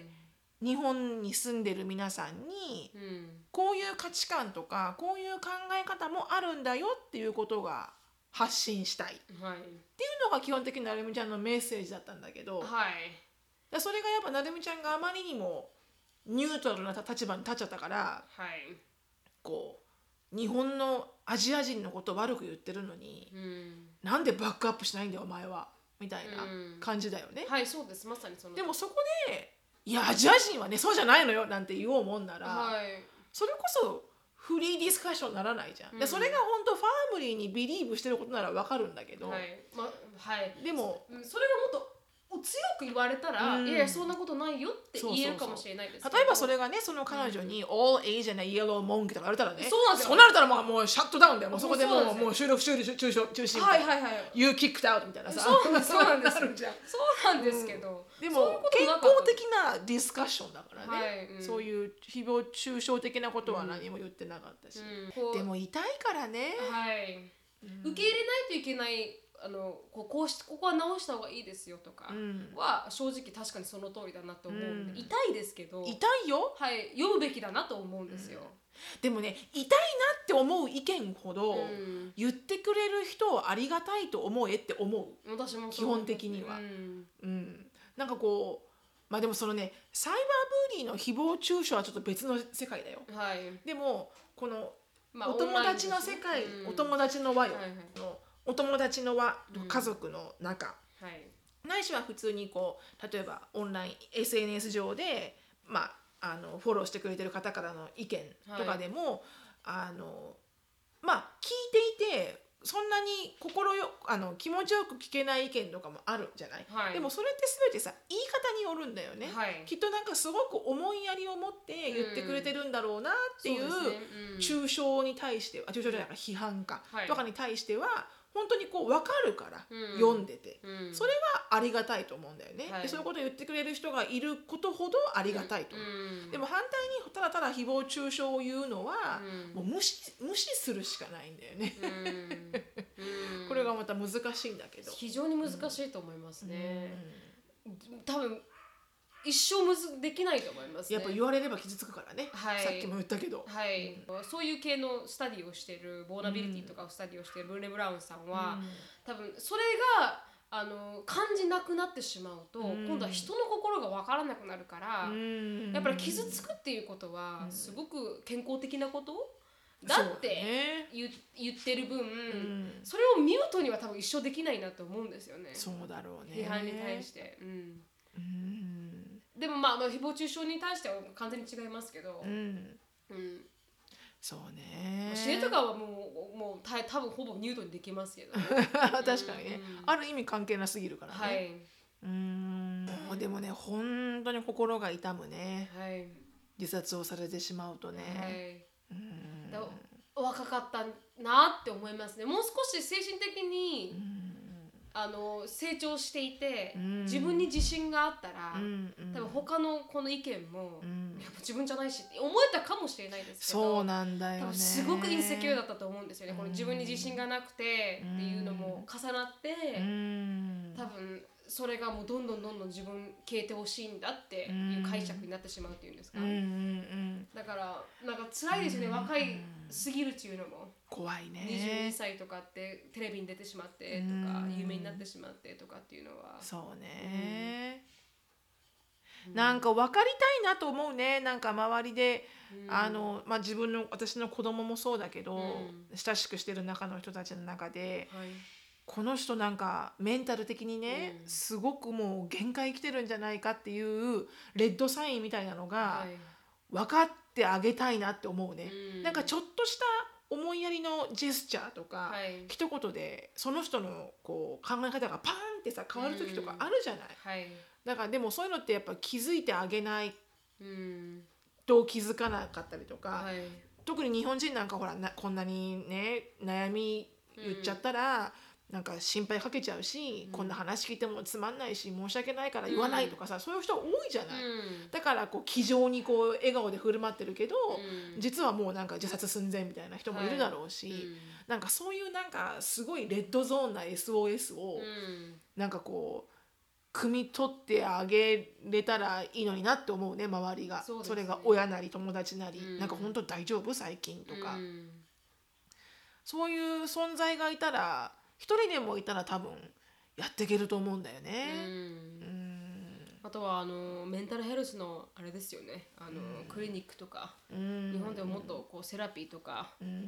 日本に住んでる皆さんに、こういう価値観とかこういう考え方もあるんだよっていうことが発信したい、っていうのが基本的になるみちゃんのメッセージだったんだけど、それがやっぱなるみちゃんがあまりにもニュートラルな立場に立っちゃったから、こう日本のアジア人のことを悪く言ってるのに、なんでバックアップしないんだよお前はみたいな感じだよね。 そうです、まさにその。 でもそこでいやアジア人はねそうじゃないのよなんて言おうもんなら、それこそフリーディスカッションにならないじゃん、でそれが本当ファームリーにビリーブしてることなら分かるんだけど、でもそれがもっと強く言われたら、いやいやそんなことないよって言えるかもしれないですけど、 例えばそれがね、その彼女に、All Asian are yellow monkey とか言われたらね、 そうなるたらもうシャットダウンだよ、もうそこでもう収録中止みたいな、You kicked out みたいなさ、 そうなんですそうなんですけど、 でも健康的なディスカッションだからね、そういう誹謗中傷的なことは何も言ってなかったし、でも痛いからね、 受け入れないといけない、ここは直した方がいいですよとかは、正直確かにその通りだなと思うんで、痛いですけど、 痛いよ、 読むべきだなと思うんですよ、 でもね、痛いなって思う意見ほど、言ってくれる人をありがたいと思えって思う、 私も基本的には、なんかこうまあでもそのねサイバーブリーの誹謗中傷はちょっと別の世界だよ。 はい、 でもこのまあ、 お友達の世界、お友達の輪よ、 はいはい、 のお友達の輪、家族の中、 はい、 ないしは普通にこう例えばオンライン SNS 上で、まあ、フォローしてくれてる方からの意見とかでも、はい、まあ聞いていてそんなに気持ちよく聞けない意見とかもあるじゃない、はい、でもそれって全てさ言い方によるんだよね、はい、きっとなんかすごく思いやりを持って言ってくれてるんだろうなっていう抽象に対しては、抽象じゃないか批判かとかに対しては本当にこう分かるから、読んでて、それはありがたいと思うんだよね、はい、でそういうことを言ってくれる人がいることほどありがたいと思う、でも反対にただただ誹謗中傷を言うのは、もう無視するしかないんだよねこれがまた難しいんだけど非常に難しいと思いますね、多分一生できないと思いますね。 やっぱ言われれば傷つくからね、はい、さっきも言ったけど、 はい、そういう系のスタディをしているボーナビリティとかをスタディをしているブルネ・ブラウンさんは、多分それが感じなくなってしまうと、今度は人の心が分からなくなるから、やっぱり傷つくっていうことはすごく健康的なことだって言ってる分、それをミュートには多分一生できないなと思うんですよね。 そうだろうね。 批判に対して、でもまあ誹謗中傷に対しては完全に違いますけど、 そうね。 死ねとかはもう多分ほぼニュートにできますけど、ね、 確かにね、ある意味関係なすぎるからね。はい、でもね本当に心が痛むね、はい、自殺をされてしまうとね、 はい、若かったなって思いますね。もう少し精神的に成長していて、自分に自信があったら、多分他のこの意見も、やっぱ自分じゃないしって思えたかもしれないですけど、 そうなんだよね、 多分すごくインセキュアだったと思うんですよね。この自分に自信がなくてっていうのも重なって、多分それがもうどんどん自分消えてほしいんだっていう解釈になってしまうっていうんですか、だからなんか辛いですよね、若いすぎるっていうのも。 怖いね。 22歳とかってテレビに出てしまってとか、有名になってしまってとかっていうのは。 そうね、なんか分かりたいなと思うね。なんか周りで、まあ、私の子供もそうだけど、親しくしてる中の人たちの中で、はい、この人なんかメンタル的にね、すごくもう限界来てるんじゃないかっていうレッドサインみたいなのが分かってあげたいなって思うね、なんかちょっとした思いやりのジェスチャーとか、一言でその人のこう考え方がパーンってさ変わる時とかあるじゃない、だからでもそういうのってやっぱ気づいてあげないと気づかなかったりとか、特に日本人なんかほらこんなにね悩み言っちゃったら、なんか心配かけちゃうし、こんな話聞いてもつまんないし申し訳ないから言わないとかさ、そういう人多いじゃない、だからこう気丈にこう笑顔で振る舞ってるけど、実はもうなんか自殺寸前みたいな人もいるだろうし、なんかそういうなんかすごいレッドゾーンな SOS をなんかこう汲み取ってあげれたらいいのになって思うね、周りが。 それが親なり友達なり、なんか本当大丈夫最近とか、そういう存在がいたら、一人でもいたら多分やっていけると思うんだよね。 あとはメンタルヘルスのあれですよね、クリニックとか、日本でももっとこうセラピーとか、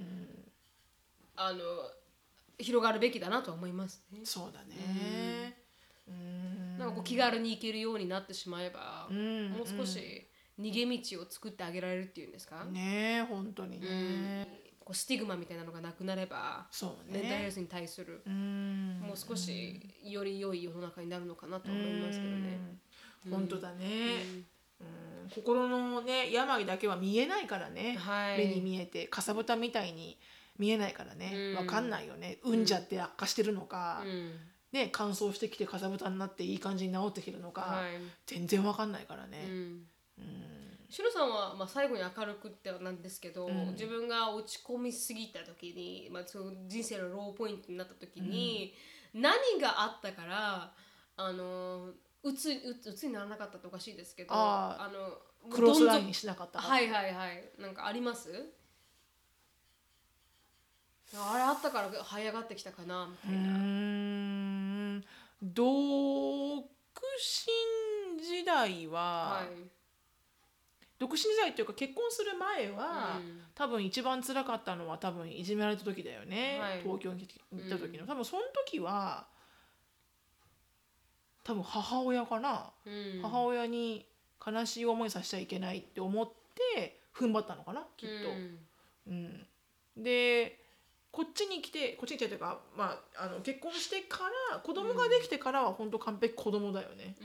広がるべきだなと思いますね。 そうだね、 なんかこう気軽に行けるようになってしまえば、もう少し逃げ道を作ってあげられるっていうんですかね、本当にね、 こうスティグマみたいなのがなくなれば、メンタルヘルスに対するもう少しより良い世の中になるのかなと思いますけどね。 本当だね、心のね病だけは見えないからね、目に見えてかさぶたみたいに見えないからね、分かんないよね。産んじゃって悪化してるのか、ね、乾燥してきてかさぶたになっていい感じに治ってきてるのか、全然分かんないからね。 シロさんは、最後に明るくってなんですけど、自分が落ち込みすぎた時に、その人生のローポイントになった時に、何があったからうつにならなかったっておかしいですけど、 クロスラインにしなかった。 はいはいはい、なんかあります？あれあったから這い上がってきたかなみたいな。 独身時代は、独身時代っていうか結婚する前は、多分一番辛かったのは多分いじめられた時だよね、東京に行った時の、多分その時は多分母親かな、母親に悲しい思いさせちゃいけないって思って踏ん張ったのかなきっと、でこっちに来てというか、結婚してから子供ができてからは本当完璧子供だよね。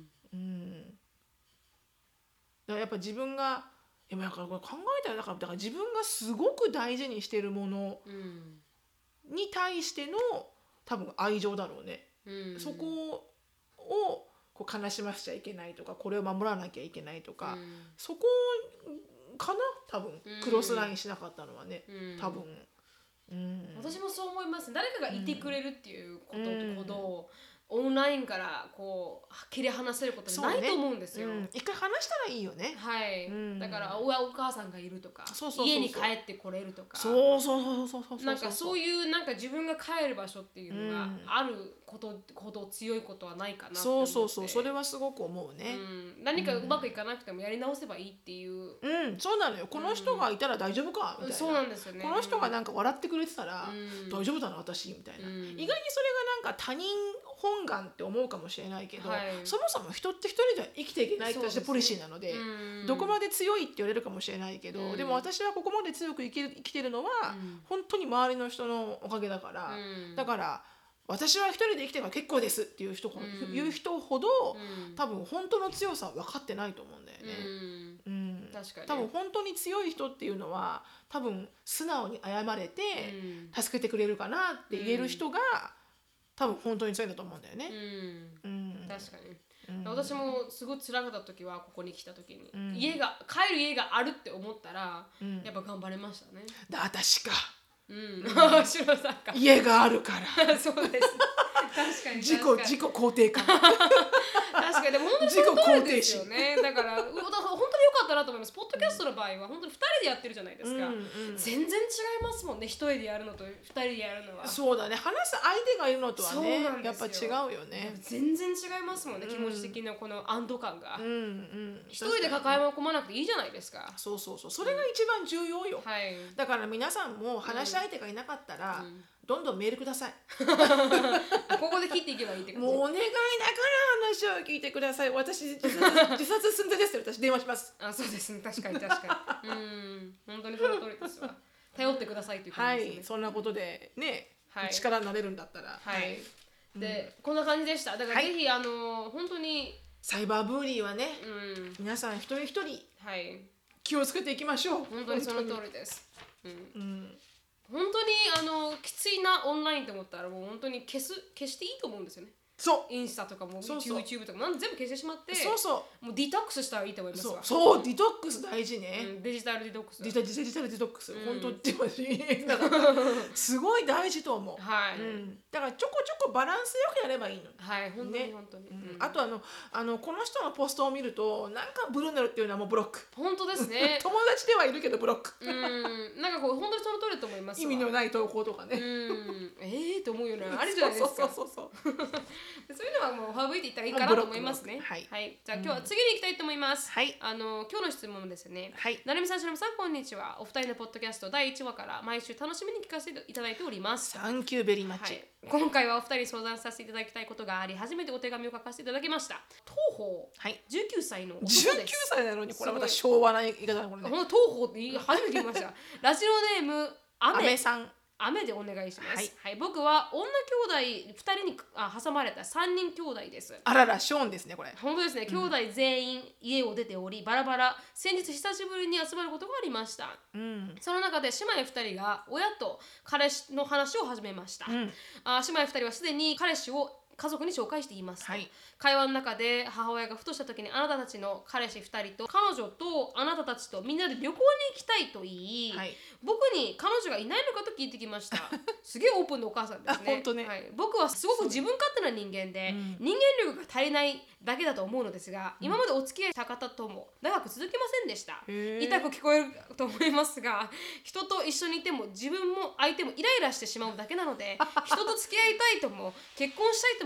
だからやっぱ自分がだから考えたらだから自分がすごく大事にしてるものに対しての多分愛情だろうね。そこをこう悲しませちゃいけないとか、これを守らなきゃいけないとか、そこかな多分クロスラインしなかったのはね、多分。 私もそう思います。誰かがいてくれるっていうことほど、オンラインからこう切り離せることないと思うんですよ。 一回話したらいいよね。 はい、だからお母さんがいるとか、家に帰ってこれるとか、なんかそういうなんか自分が帰る場所っていうのがあることほど強いことはないかなって思って。 それはすごく思うね。 何かうまくいかなくてもやり直せばいいっていう。 そうなのよ。この人がいたら大丈夫かみたいな。 そうなんですよね。 この人がなんか笑ってくれてたら大丈夫だな私みたいな。意外にそれがなんか他人本願って思うかもしれないけど、そもそも人って一人では生きていけないって私ポリシーなので、どこまで強いって言われるかもしれないけど、でも私はここまで強く生きてるのは本当に周りの人のおかげだから、だから私は一人で生きてれば結構ですっていう人ほど多分本当の強さは分かってないと思うんだよね。確かに多分本当に強い人っていうのは多分素直に謝れて助けてくれるかなって言える人が多分本当に強いんだと思うんだよね。 確かに、私もすごい辛かった時はここに来た時に、帰る家があるって思ったら、やっぱ頑張れましたね。 私か。 シロさんか。 家があるから。 そうです。確かに自己肯定感。 確かにでも本当にその通りですよね。だから本当に良かったなと思います。ポッドキャストの場合は本当に2人でやってるじゃないですか。全然違いますもんね。1人でやるのと2人でやるのは。そうだね。話す相手がいるのとはね、やっぱ違うよね。全然違いますもんね。気持ち的なこの安堵感が。1人で抱え込まなくていいじゃないですか。それが一番重要よ。だから皆さんも話し相手がいなかったらどんどんメールください。ここで切っていけばいいって感じ。もうお願いだから話を聞いてください。私自殺寸前ですよ。私電話します。そうですね。確かに本当にその通りですわ。頼ってくださいという感じですね。そんなことでね、力になれるんだったら。でこんな感じでした。だからぜひ本当にサイバーブーリーはね、皆さん一人一人気をつけていきましょう。本当にその通りです。本当にきついなオンラインと思ったらもう本当に消していいと思うんですよね。インスタとかも YouTube とか全部消してしまって、もうディトックスしたらいいと思いますわ。ディトックス大事ね。デジタルディトックス。デジタルディトックス。本当ってすごい大事と思う。だからちょこちょこバランスよくやればいいの。本当に本当に。あとこの人のポストを見るとなんかブルーになるっていうのはもうブロック。本当ですね。友達ではいるけどブロック。なんかこう本当にその通りだと思います。意味のない投稿とかね。と思うようなあれじゃないですか。そういうのはもう省いていったらいいかなと思いますね。じゃあ今日は次に行きたいと思います。今日の質問ですね。なるみさん、しのぶさん、こんにちは。お二人のポッドキャスト第1話から毎週楽しみに聞かせていただいております。サンキューベリーマッチ。今回はお二人に相談させていただきたいことがあり、初めてお手紙を書かせていただきました。東宝、19歳の男です。19歳なのにこれはまた昭和な言い方だこれね。東宝って初めて言いました。ラジオネームアメさん。雨でお願いします。僕は女兄弟2人に挟まれた3人兄弟です。あらら、ショーンですねこれ。本当ですね。兄弟全員家を出ておりバラバラ。先日久しぶりに集まることがありました。その中で姉妹2人が親と彼氏の話を始めました。姉妹2人はすでに彼氏を家族に紹介しています。会話の中で母親がふとした時にあなたたちの彼氏2人と彼女とあなたたちとみんなで旅行に行きたいと言い、僕に彼女がいないのかと聞いてきました。すげえオープンなお母さんですね。僕はすごく自分勝手な人間で人間力が足りないだけだと思うのですが、今までお付き合いした方とも長く続きませんでした。痛く聞こえると思いますが、人と一緒にいても自分も相手もイライラしてしまうだけなので、人と付き合いたいとも結婚したいとも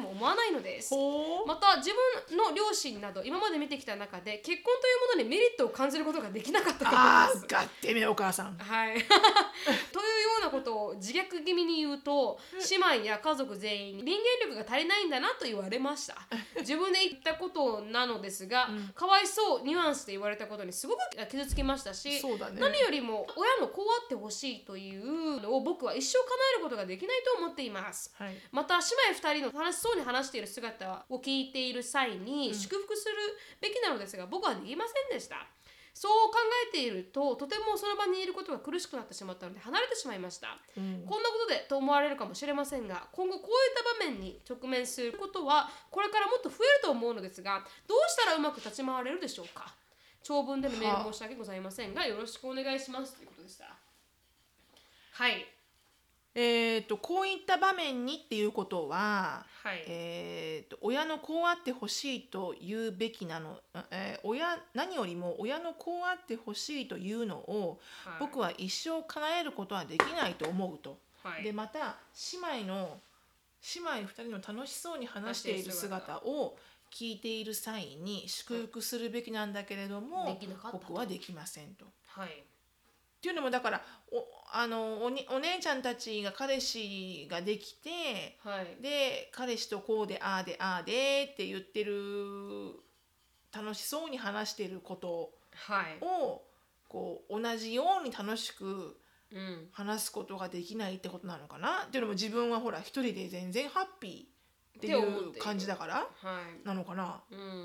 も思わないのです。また自分の両親など今まで見てきた中で結婚というものにメリットを感じることができなかったからです。 ガッテメお母さん。 はいというようなことを自虐気味に言うと、姉妹や家族全員に人間力が足りないんだなと言われました。自分で言ったことなのですが、かわいそうニュアンスで言われたことにすごく傷つきましたし、何よりも親のこうあってほしいというのを僕は一生叶えることができないと思っています。また姉妹2人の楽しそうに話している姿を聞いている際に祝福するべきなのですが、僕はできませんでした。そう考えているととてもその場にいることが苦しくなってしまったので離れてしまいました。こんなことでと思われるかもしれませんが、今後こういった場面に直面することはこれからもっと増えると思うのですが、どうしたらうまく立ち回れるでしょうか。長文でのメール申し訳ございませんがよろしくお願いしますということでした。はい。 こういった場面にっていうことは、親のこうあってほしいと言うべきなの、何よりも親のこうあってほしいというのを、僕は一生叶えることはできないと思うと。でまた姉妹2人の楽しそうに話している姿を聞いている際に祝福するべきなんだけれども、僕はできませんと。っていうのもだからお姉ちゃんたちが彼氏ができて、で彼氏とこうでああでああでって言ってる楽しそうに話していることを、こう同じように楽しく話すことができないってことなのかな。っていうのも自分はほら一人で全然ハッピーっていう感じだからなのかな。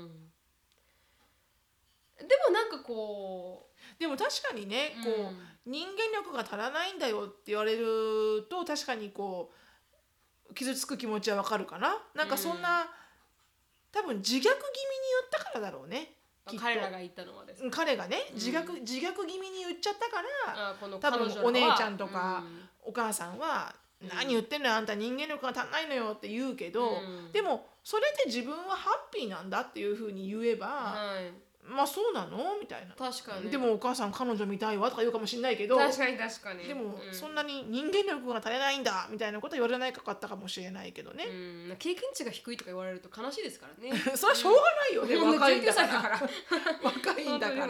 でもなんかこうでも確かにね、こう人間力が足らないんだよって言われると確かにこう傷つく気持ちはわかるかな。なんかそんな、多分自虐気味に言ったからだろうね。 彼らが言ったのはですね。 彼がね自虐気味に言っちゃったから、多分お姉ちゃんとかお母さんは何言ってんのよあんた人間力が足んないのよって言うけど、でもそれで自分はハッピーなんだっていうふうに言えば、まあそうなのみたいな。 確かに。 でもお母さん彼女見たいわとか言うかもしれないけど、 確かにでも、そんなに人間力が足りないんだみたいなことは言われないかったかもしれないけどね。 経験値が低いとか言われると悲しいですからね。 それはしょうがないよね。若いんだから。若いんだから。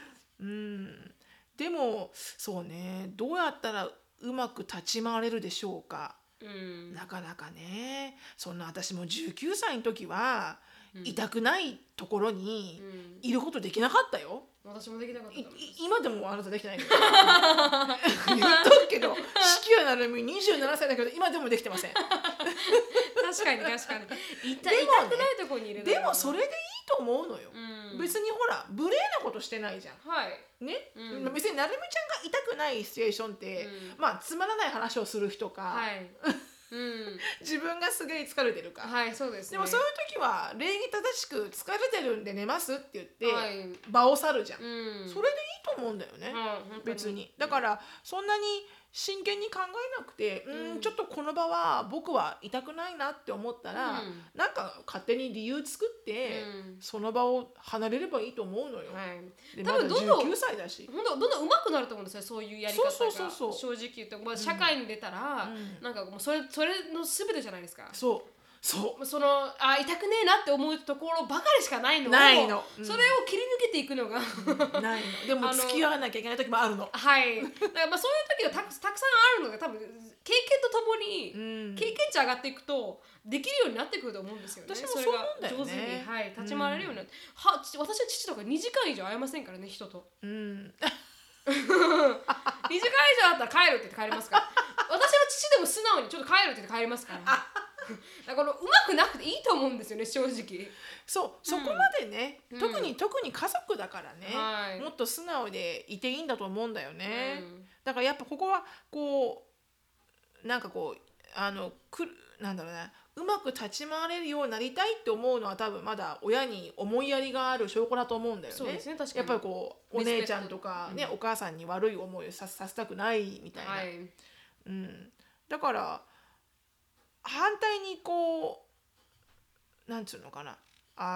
でもそうね、どうやったらうまく立ち回れるでしょうか。なかなかね。そんな私も19歳の時は痛くないところにいることできなかったよ。 私もできなかった。 今でもあなたできないけど言っとくけど、四季なるみ27歳だけど今でもできてません。 確かに痛くないところにいる。 でもそれでいいと思うのよ。別にほら無礼なことしてないじゃん。ね、別になるみちゃんが痛くないシチュエーションって、まあつまらない話をする人か、自分がすげえ疲れてるか、 そうですね。 でもそういう時は礼儀正しく疲れてるんで寝ますって言って、場を去るじゃん。それでいいと思うんだよね。別にだからそんなに真剣に考えなくて、ちょっとこの場は僕は痛くないなって思ったら、なんか勝手に理由作って、その場を離れればいいと思うのよ。でまだ19歳だし、 どんどん上手くなると思うんですよ、そういうやり方が。正直言って、社会に出たら、なんかもうそれの全てじゃないですか。その痛くねえなって思うところばかりしかないの。それを切り抜けていくのがないの。でも付き合わなきゃいけない時もあるの。 だからそういう時がたくさんあるので、多分経験とともに、経験値上がっていくとできるようになってくると思うんですよね。 私もそう思うんだよね。 それが上手に、立ち回れるようになって、私は父とか2時間以上会えませんからね、人と。2時間以上だったら帰るって言って帰りますから。私の父でも素直にちょっと帰るって言って帰りますから。だからうまくなくていいと思うんですよね、正直。 そこまでね、特に家族だからね、もっと素直でいていいんだと思うんだよね。だからやっぱここはこうなんかこうなんだろうな、うまく立ち回れるようになりたいって思うのは多分まだ親に思いやりがある証拠だと思うんだよね。 そうですね、確かに。 やっぱりこうお姉ちゃんとかね、お母さんに悪い思いをさせたくないみたいな。だから反対にこうなんつうのかな、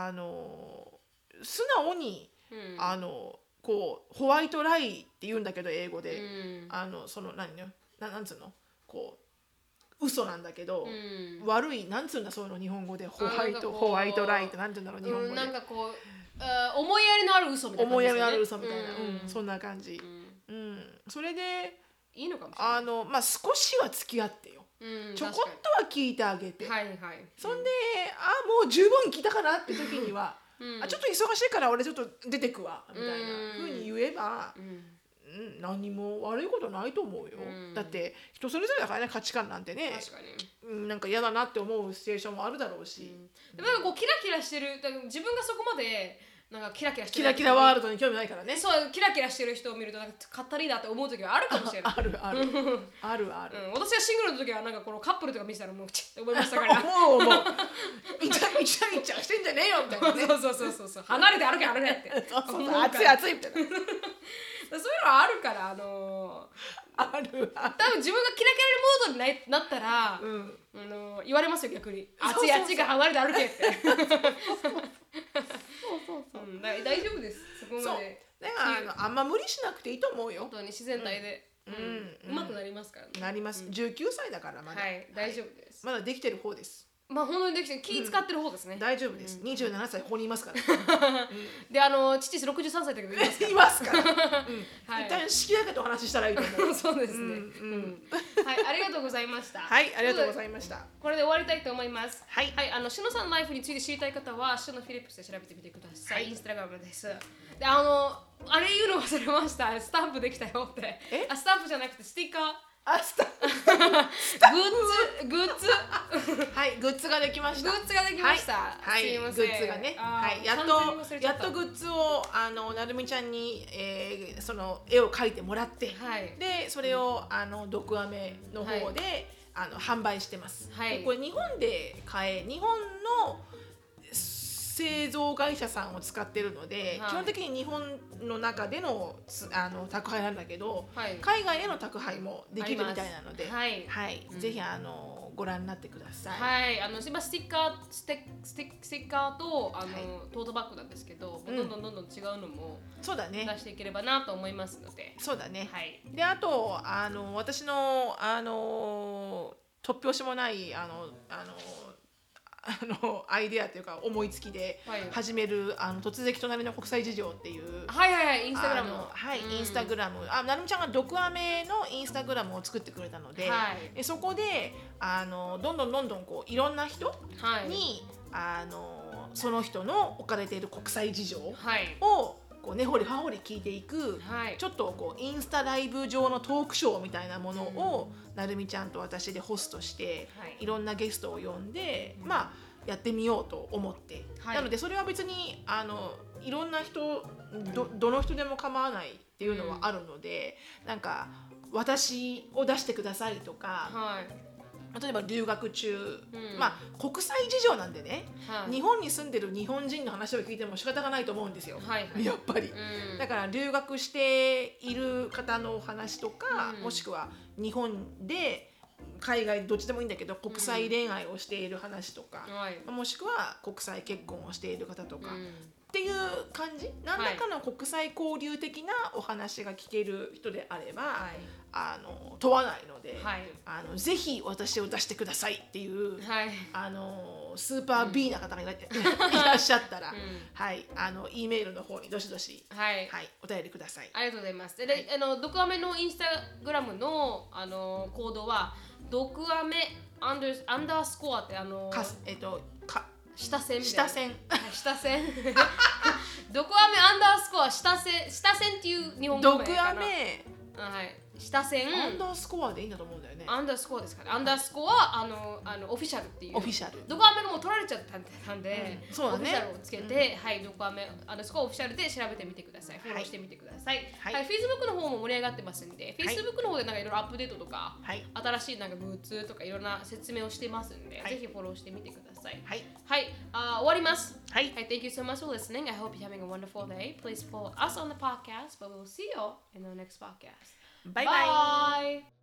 素直に、こうホワイトライって言うんだけど英語で、そのなんつうの、こう嘘なんだけど、悪いなんつうんだそういうの日本語でホワイトライトなんて言うんだろう日本語で、 なんかこう思いやりのある嘘みたいな感じですよね。 思いやりのある嘘みたいな、そんな感じ、それでいいのかもしれない。 まあ少しは付き合ってよ、ちょこっとは聞いてあげて、そんでもう十分聞いたかなって時にはちょっと忙しいから俺ちょっと出てくわみたいな風に言えば、何も悪いことないと思うよ、だって人それぞれだからね、価値観なんてね、 確かになんか嫌だなって思うシチュエーションもあるだろうし、 でもなんかこうキラキラしてる、だから自分がそこまでなんかキラキラしてるキラキラワールドに興味ないからね、 そうキラキラしてる人を見るとなんかかったりだって思う時はあるかもしれない。 あるあるあるある、 私がシングルの時はなんかこのカップルとか見てたらもうチッって思いましたから。 もうイチャイチャしてんじゃねえよみたいなね。 そう離れて歩け歩けって。 熱い熱いみたいな。 そういうのはあるから、 ある多分自分がキラキラモードになったら、言われますよ逆に。熱い熱いから離れて歩けって。大丈夫です。そこまで。 だからあんま無理しなくていいと思うよ。 本当に自然体で。うまくなりますからね。 なります。19歳だからまだ。 はい、大丈夫です。 まだできてる方です。 まあ本当にできて気使ってる方ですね。 大丈夫です。27歳ここにいますから。 で父63歳だけどいますから。一旦式だけとお話ししたらいいと思う。 そうですね。はい、ありがとうございました。 はい、ありがとうございました。 これで終わりたいと思います。 はい、 シノさんのライフについて知りたい方はシノフィリップスで調べてみてください。インスタグラムです。であれ言うの忘れました。スタンプできたよって。スタンプじゃなくてステッカー。 スタンプグッズはい、グッズができました。 グッズができました。 はい、グッズがね、はい、やっとグッズをなるみちゃんにその絵を描いてもらって、でそれを毒アメの方で販売してます。でこれ日本で日本の製造会社さんを使ってるので、基本的に日本の中での宅配なんだけど、海外への宅配もできるみたいなので、ぜひご覧になってください。 はい、今ステッカーとトートバッグなんですけど、どんどん違うのもそうだね、 出していければなと思いますので。 そうだね。であと私の突拍子もないアイデアというか思いつきで始める突撃隣の国際事情っていうインスタグラムのインスタグラムなるみちゃんが毒アメのインスタグラムを作ってくれたので、そこでどんどんこういろんな人にその人の置かれている国際事情をこう根掘り葉掘り聞いていく、ちょっとこうインスタライブ上のトークショーみたいなものを、なるみちゃんと私でホストして、いろんなゲストを呼んで、やってみようと思って、なのでそれは別にいろんな人 どの人でも構わないっていうのはあるので、なんか私を出してくださいとか、例えば留学中、国際事情なんでね、日本に住んでる日本人の話を聞いても仕方がないと思うんですよ、やっぱり、だから留学している方のお話とか、もしくは日本で海外どっちでもいいんだけど国際恋愛をしている話とか、もしくは国際結婚をしている方とか、っていう感じ、何らかの国際交流的なお話が聞ける人であれば、問わないので、ぜひ私を出してくださいっていう、スーパー B な方がいらっしゃったら、E メールの方にどしどし、お便りください。 ありがとうございます。で毒アメのインスタグラムのコードは毒アメアンダースコアって下線毒アメアンダースコア下線っていう日本語名かな。 毒アメ下線アンダースコアでいいんだと思うんだよね。 アンダースコアですかね。アンダースコアオフィシャルっていう。 オフィシャル。 毒アメがもう取られちゃったんで、 そうだね。 オフィシャルをつけて、毒アメアンダースコアオフィシャルで調べてみてください。フォローしてみてください。Facebook の方も盛り上がってますんで、Facebook の方でなんかいろいろアップデートとか、新しいなんかグッズとかいろんな説明をしてますんで、ぜひフォローしてみてください。終わります。Thank you so much for listening. I hope you're having a wonderful day. Please follow us on the podcast, but we'll see you in the next podcast. Bye bye.